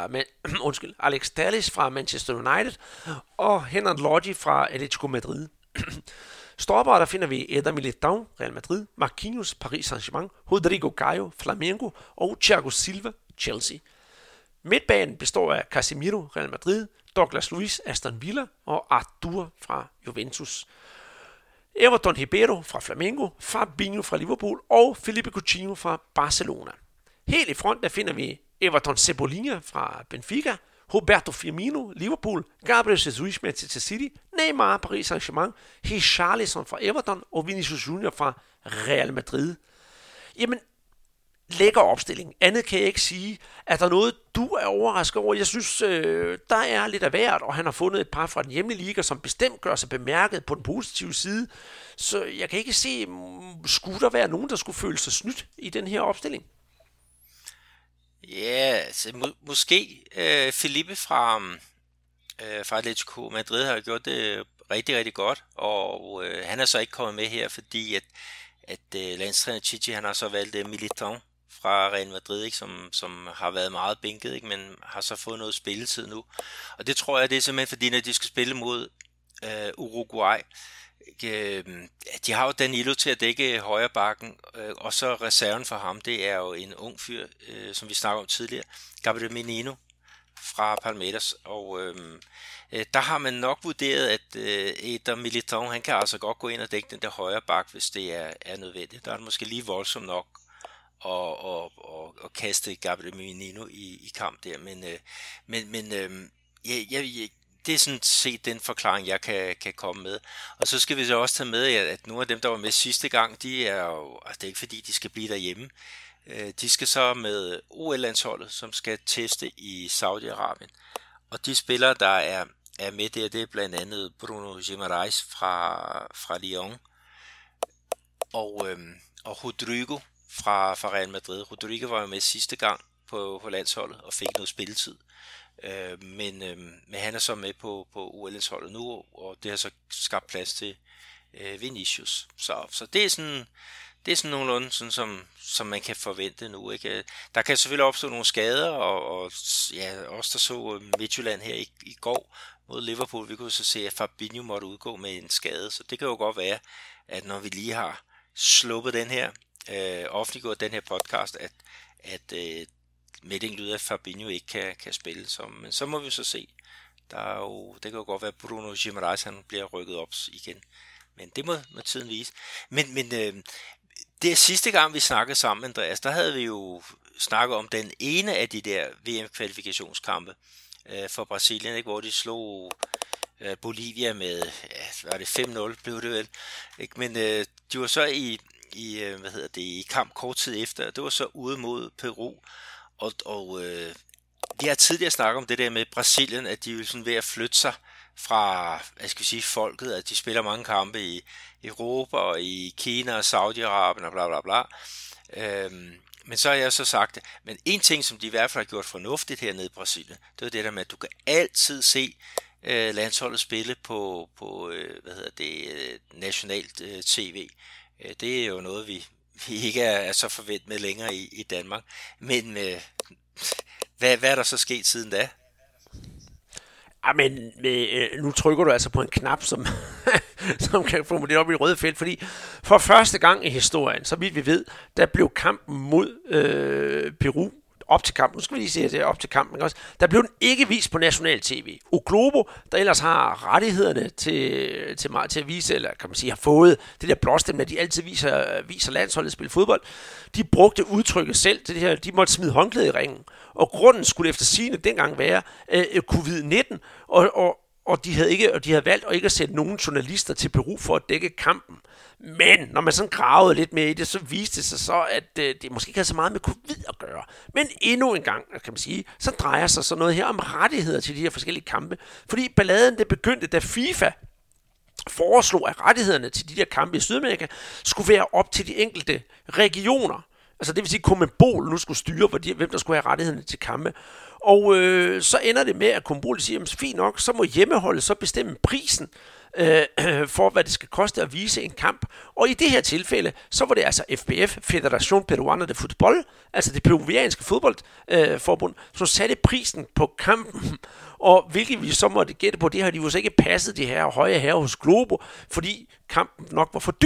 fra Manchester United og Renan Lodge fra Atletico Madrid. Stoppere, der finder vi Eder Militão, Real Madrid, Marquinhos, Paris Saint-Germain, Rodrigo Caio, Flamengo og Thiago Silva, Chelsea. Midtbanen består af Casemiro, Real Madrid, Douglas Luiz, Aston Villa og Arthur fra Juventus. Everton Ribeiro fra Flamengo, Fabinho fra Liverpool og Felipe Coutinho fra Barcelona. Helt i front der finder vi Everton Cebolinha fra Benfica, Roberto Firmino, Liverpool, Gabriel Jesus, Manchester City, Neymar, Paris Saint-Germain, Richarlison fra Everton og Vinicius Junior fra Real Madrid. Jamen, lækker opstilling. Andet kan jeg ikke sige. Er der noget, du er overrasket over? Jeg synes, der er lidt af hvert, og han har fundet et par fra den hjemlige liga, som bestemt gør sig bemærket på den positive side. Så jeg kan ikke se, skulle der være nogen, der skulle føle sig snydt i den her opstilling? Ja, altså, måske Felipe fra Atletico Madrid har gjort det rigtig, rigtig godt, og han er så ikke kommet med her, fordi at landstræner Chichi, han har så valgt Militão fra Real Madrid, ikke, som har været meget bænket, ikke, men har så fået noget spilletid nu. Og det tror jeg, det er simpelthen fordi, når de skal spille mod Uruguay, de har jo Danilo til at dække højre bakken, og så reserven for ham, det er jo en ung fyr, som vi snakkede om tidligere, Gabriel Menino fra Palmeiras, og der har man nok vurderet, at Eder Militão, han kan altså godt gå ind og dække den der højre bak, hvis det er nødvendigt. Der er det måske lige voldsomt nok at kaste Gabriel Menino i kamp der, men det er sådan set den forklaring, jeg kan komme med. Og så skal vi så også tage med, at nogle af dem, der var med sidste gang, de er jo, altså det er ikke fordi, de skal blive derhjemme. De skal så med OL-landsholdet, som skal teste i Saudi-Arabien. Og de spillere, der er med der, det er blandt andet Bruno Guimaraes fra Lyon, og Rodrigo fra Real Madrid. Rodrigo var jo med sidste gang på landsholdet og fik noget spilletid. Men han er så med på OL-landsholdet nu, og det har så skabt plads til Vinicius. Så det er sådan nogenlunde, sådan som man kan forvente nu, ikke? Der kan selvfølgelig opstå nogle skader, og ja, også der så Midtjylland her i går mod Liverpool, vi kunne så se, at Fabinho måtte udgå med en skade, så det kan jo godt være, at når vi lige har sluppet den her, offentliggjort den her podcast, at meldingen lyder, at Fabinho ikke kan spille, men så må vi så se. Det kan jo godt være, at Bruno Guimaraes, han bliver rykket op igen. Men det må tiden vise. Men det er sidste gang, vi snakkede sammen, Andreas, der havde vi jo snakket om den ene af de der VM-kvalifikationskampe for Brasilien, ikke, hvor de slog Bolivia med, var det 5-0, blev det vel. Ikke? Men de var så i kamp kort tid efter, det var så ude mod Peru, og vi har tidligere snakket om det der med Brasilien, at de er sådan ved at flytte sig fra, folket, at de spiller mange kampe i Europa og i Kina og Saudi-Arabien og bla bla bla. Men så har jeg så sagt det. Men en ting, som de i hvert fald har gjort fornuftigt hernede i Brasilien, det er det der med, at du kan altid se landsholdet spille på nationalt tv. Det er jo noget, vi ikke er så forventet med længere i Danmark. Men hvad er der så sket siden da? Men nu trykker du altså på en knap, som kan få det op i det røde felt, fordi for første gang i historien, så vidt vi ved, der blev kampen mod Peru op til kampen. Nu skal vi lige se, at det er op til kampen også. Der blev den ikke vist på national tv. O Globo, der ellers har rettighederne til at vise, eller kan man sige, har fået det der blåstemme, at de altid viser landsholdet spille fodbold, de brugte udtrykket selv til det her, de måtte smide håndklædet i ringen. Og grunden skulle efter sigende dengang være covid-19, og de havde valgt at ikke at sætte nogen journalister til Peru for at dække kampen. Men når man sådan gravede lidt mere i det, så viste det sig så, at det måske ikke havde så meget med covid at gøre. Men endnu en gang, kan man sige, så drejer sig så noget her om rettigheder til de her forskellige kampe. Fordi balladen det begyndte, da FIFA foreslog, at rettighederne til de her kampe i Sydamerika skulle være op til de enkelte regioner. Altså det vil sige, at CONMEBOL nu skulle styre, hvem der skulle have rettighederne til kampe. Og så ender det med, at CONMEBOL siger, at fint nok, så må hjemmeholdet så bestemme prisen for, hvad det skal koste at vise en kamp. Og i det her tilfælde, så var det altså FPF, Federación Peruana de Fútbol, altså det peruvianske fodboldforbund, som satte prisen på kampen. Og hvilket vi så måtte gætte på, det har de jo så ikke passet de her høje herrer hos Globo, fordi kampen nok var for dyr.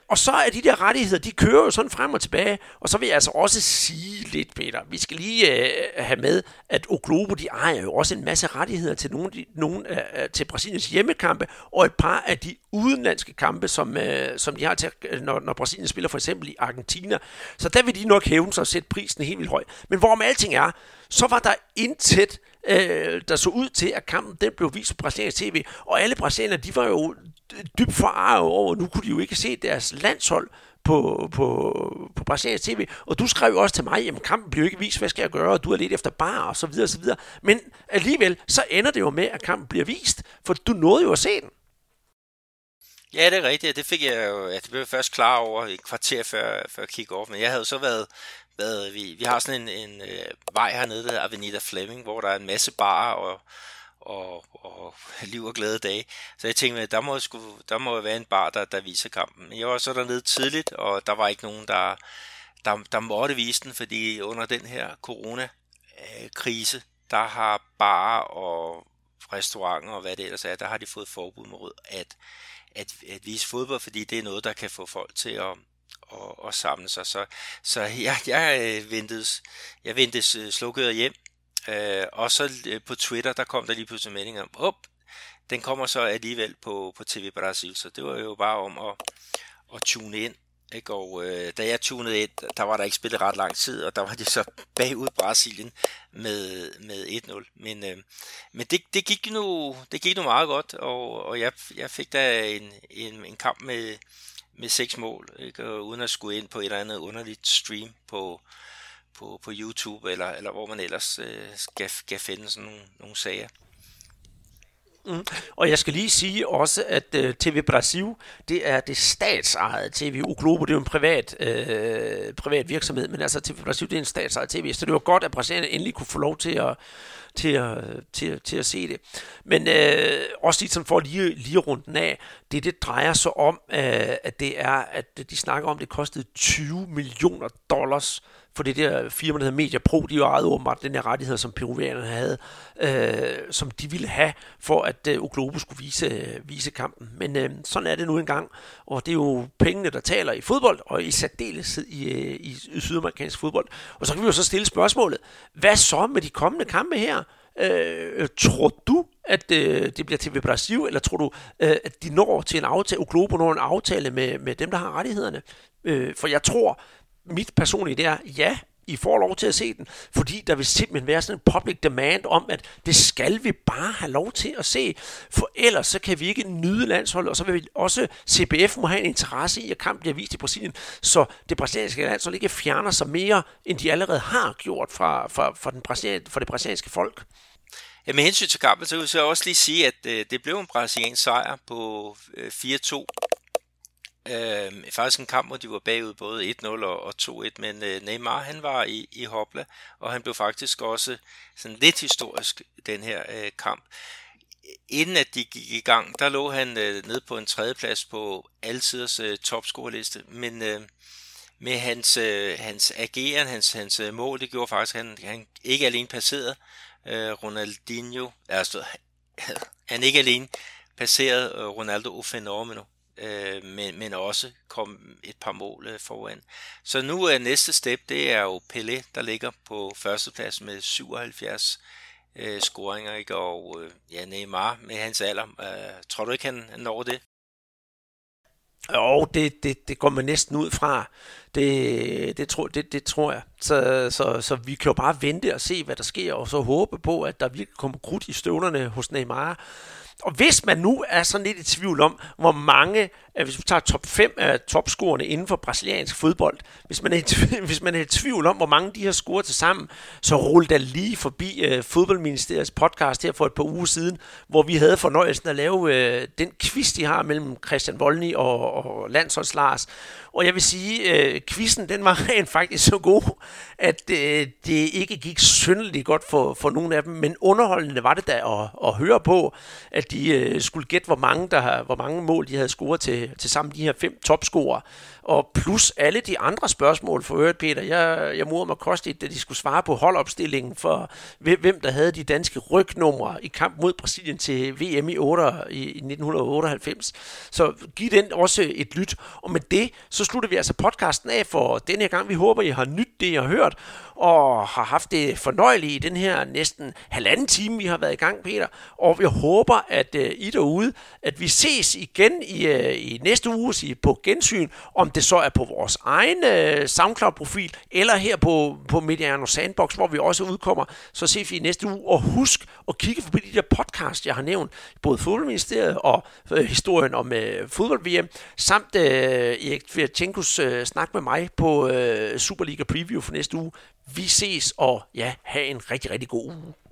Og så er de der rettigheder, de kører jo sådan frem og tilbage. Og så vil jeg altså også sige lidt, Peter, vi skal lige have med, at O Globo, de ejer jo også en masse rettigheder til til Brasiliens hjemmekampe, og et par af de udenlandske kampe, som de har til, når Brasilien spiller for eksempel i Argentina. Så der vil de nok hæve sig og sætte prisen helt vildt høj. Men hvorom alting er, så var der intet, der så ud til, at kampen den blev vist på brasiliansk tv, og alle brasilianere, de var jo dybt forarvet over, nu kunne de jo ikke se deres landshold på brasiliansk tv, og du skrev jo også til mig, jamen kampen blev ikke vist, hvad skal jeg gøre, og du er lidt efter bar, og så videre, og så videre. Men alligevel, så ender det jo med, at kampen bliver vist, for du nåede jo at se den. Ja, det er rigtigt, det fik jeg jo, det blev jeg først klar over et kvarter før kick-off, men jeg havde så været vi har sådan en vej hernede, der hedder Avenida Fleming, hvor der er en masse barer og liv og glade dage. Så jeg tænkte, at der må være en bar, der viser kampen. Men jeg var så dernede tidligt, og der var ikke nogen, der måtte vise den, fordi under den her corona-krise, der har barer og restauranter og hvad det ellers er, der har de fået forbud mod at vise fodbold, fordi det er noget, der kan få folk til at samle sig. Så jeg ventes slukket hjem. Og så på Twitter, der kom der lige pludselig melding om, den kommer så alligevel på TV Brasil, så det var jo bare om at tune ind. Ikke? Og da jeg tunede ind, der var der ikke spillet ret lang tid, og der var de så bagud Brasilien med 1-0. Men det gik nu meget godt, og jeg fik da en kamp med 6 mål, ikke? Og uden at skulle ind på et eller andet underligt stream på YouTube, eller hvor man ellers skal finde sådan nogle sager. Og jeg skal lige sige også, at TV Brasil, det er det statsejede TV. O Globo, det er jo en privat virksomhed, men altså TV Brasil, det er en statsejet TV, så det var godt, at brasilianerne endelig kunne få lov til at se det. Men også lige sådan for lige rundt den af, det drejer sig om, at det er, at de snakker om, at det kostede $20 million for det der firma, der hedder MediaPro. De jo ejede åbenbart den her rettighed, som peruvianerne havde, som de ville have, for at O Globo skulle vise kampen. Men sådan er det nu engang, og det er jo pengene, der taler i fodbold, og i særdeleshed i sydamerikansk fodbold. Og så kan vi jo så stille spørgsmålet, hvad så med de kommende kampe her? Tror du, at det bliver TV Brasil, eller tror du, at de når til en aftale, O Globo når en aftale med dem, der har rettighederne? For jeg tror, mit personlige det er, ja, I får lov til at se den, fordi der vil simpelthen være sådan en public demand om, at det skal vi bare have lov til at se, for ellers så kan vi ikke nyde landsholdet, og så vil vi også, CBF må have en interesse i, at kampen bliver vist i Brasilien, så det brasilianske landshold ikke fjerner sig mere, end de allerede har gjort for det brasilianske folk. Ja, med hensyn til kampen, så vil jeg også lige sige, at det blev en brasiliansk sejr på 4-2. Faktisk en kamp, hvor de var bagud både 1-0 og 2-1, men Neymar han var i hopla, og han blev faktisk også sådan lidt historisk den her kamp. Inden at de gik i gang, der lå han nede på en 3. plads på altiders topscorerliste, men med hans ageren, hans mål, det gjorde faktisk, han ikke alene passerede Ronaldinho, han ikke alene passerede Ronaldo Fenômeno, men også kom et par mål foran. Så nu er næste step, det er jo Pelé, der ligger på førsteplads med 77 scoringer, ikke? Og Neymar med hans alder. Tror du ikke, han når det? Jo, det går man næsten ud fra. Det tror jeg. Så vi kan jo bare vente og se, hvad der sker, og så håbe på, at der virkelig kommer krudt i støvlerne hos Neymar. Og hvis man nu er sådan lidt i tvivl om, hvor mange, hvis vi tager top 5 af topscorerne inden for brasiliansk fodbold, hvis man er i tvivl om, hvor mange de har scoret til sammen, så rul da lige forbi Fodboldministeriets podcast her for et par uger siden, hvor vi havde fornøjelsen at lave den quiz, de har mellem Christian Volny og Landsholds Lars. Og jeg vil sige, quizzen den var rent faktisk så god, at det ikke gik synderligt godt for nogle af dem, men underholdende var det da at høre på, at at de skulle gætte, hvor mange mål de havde scoret til sammen de her 5 topscorer. Og plus alle de andre spørgsmål for øvrigt, Peter. Jeg morede mig kostigt, da de skulle svare på holdopstillingen for, hvem der havde de danske rygnumre i kamp mod Brasilien til VM i 1998. Så giv den også et lyt. Og med det, så slutter vi altså podcasten af for denne her gang. Vi håber, I har nydt det, I har hørt, og har haft det fornøjeligt i den her næsten halvanden time, vi har været i gang, Peter. Og jeg håber, at I derude, at vi ses igen i næste uge på gensyn, om det så er på vores egen SoundCloud-profil, eller her på Mediano Sandbox, hvor vi også udkommer. Så ses vi i næste uge, og husk at kigge forbi de der podcast, jeg har nævnt, både Fodboldministeriet og historien om fodbold-VM, samt Erik Tverchenkos snak med mig på Superliga Preview for næste uge. Vi ses, og ja, have en rigtig, rigtig god uge.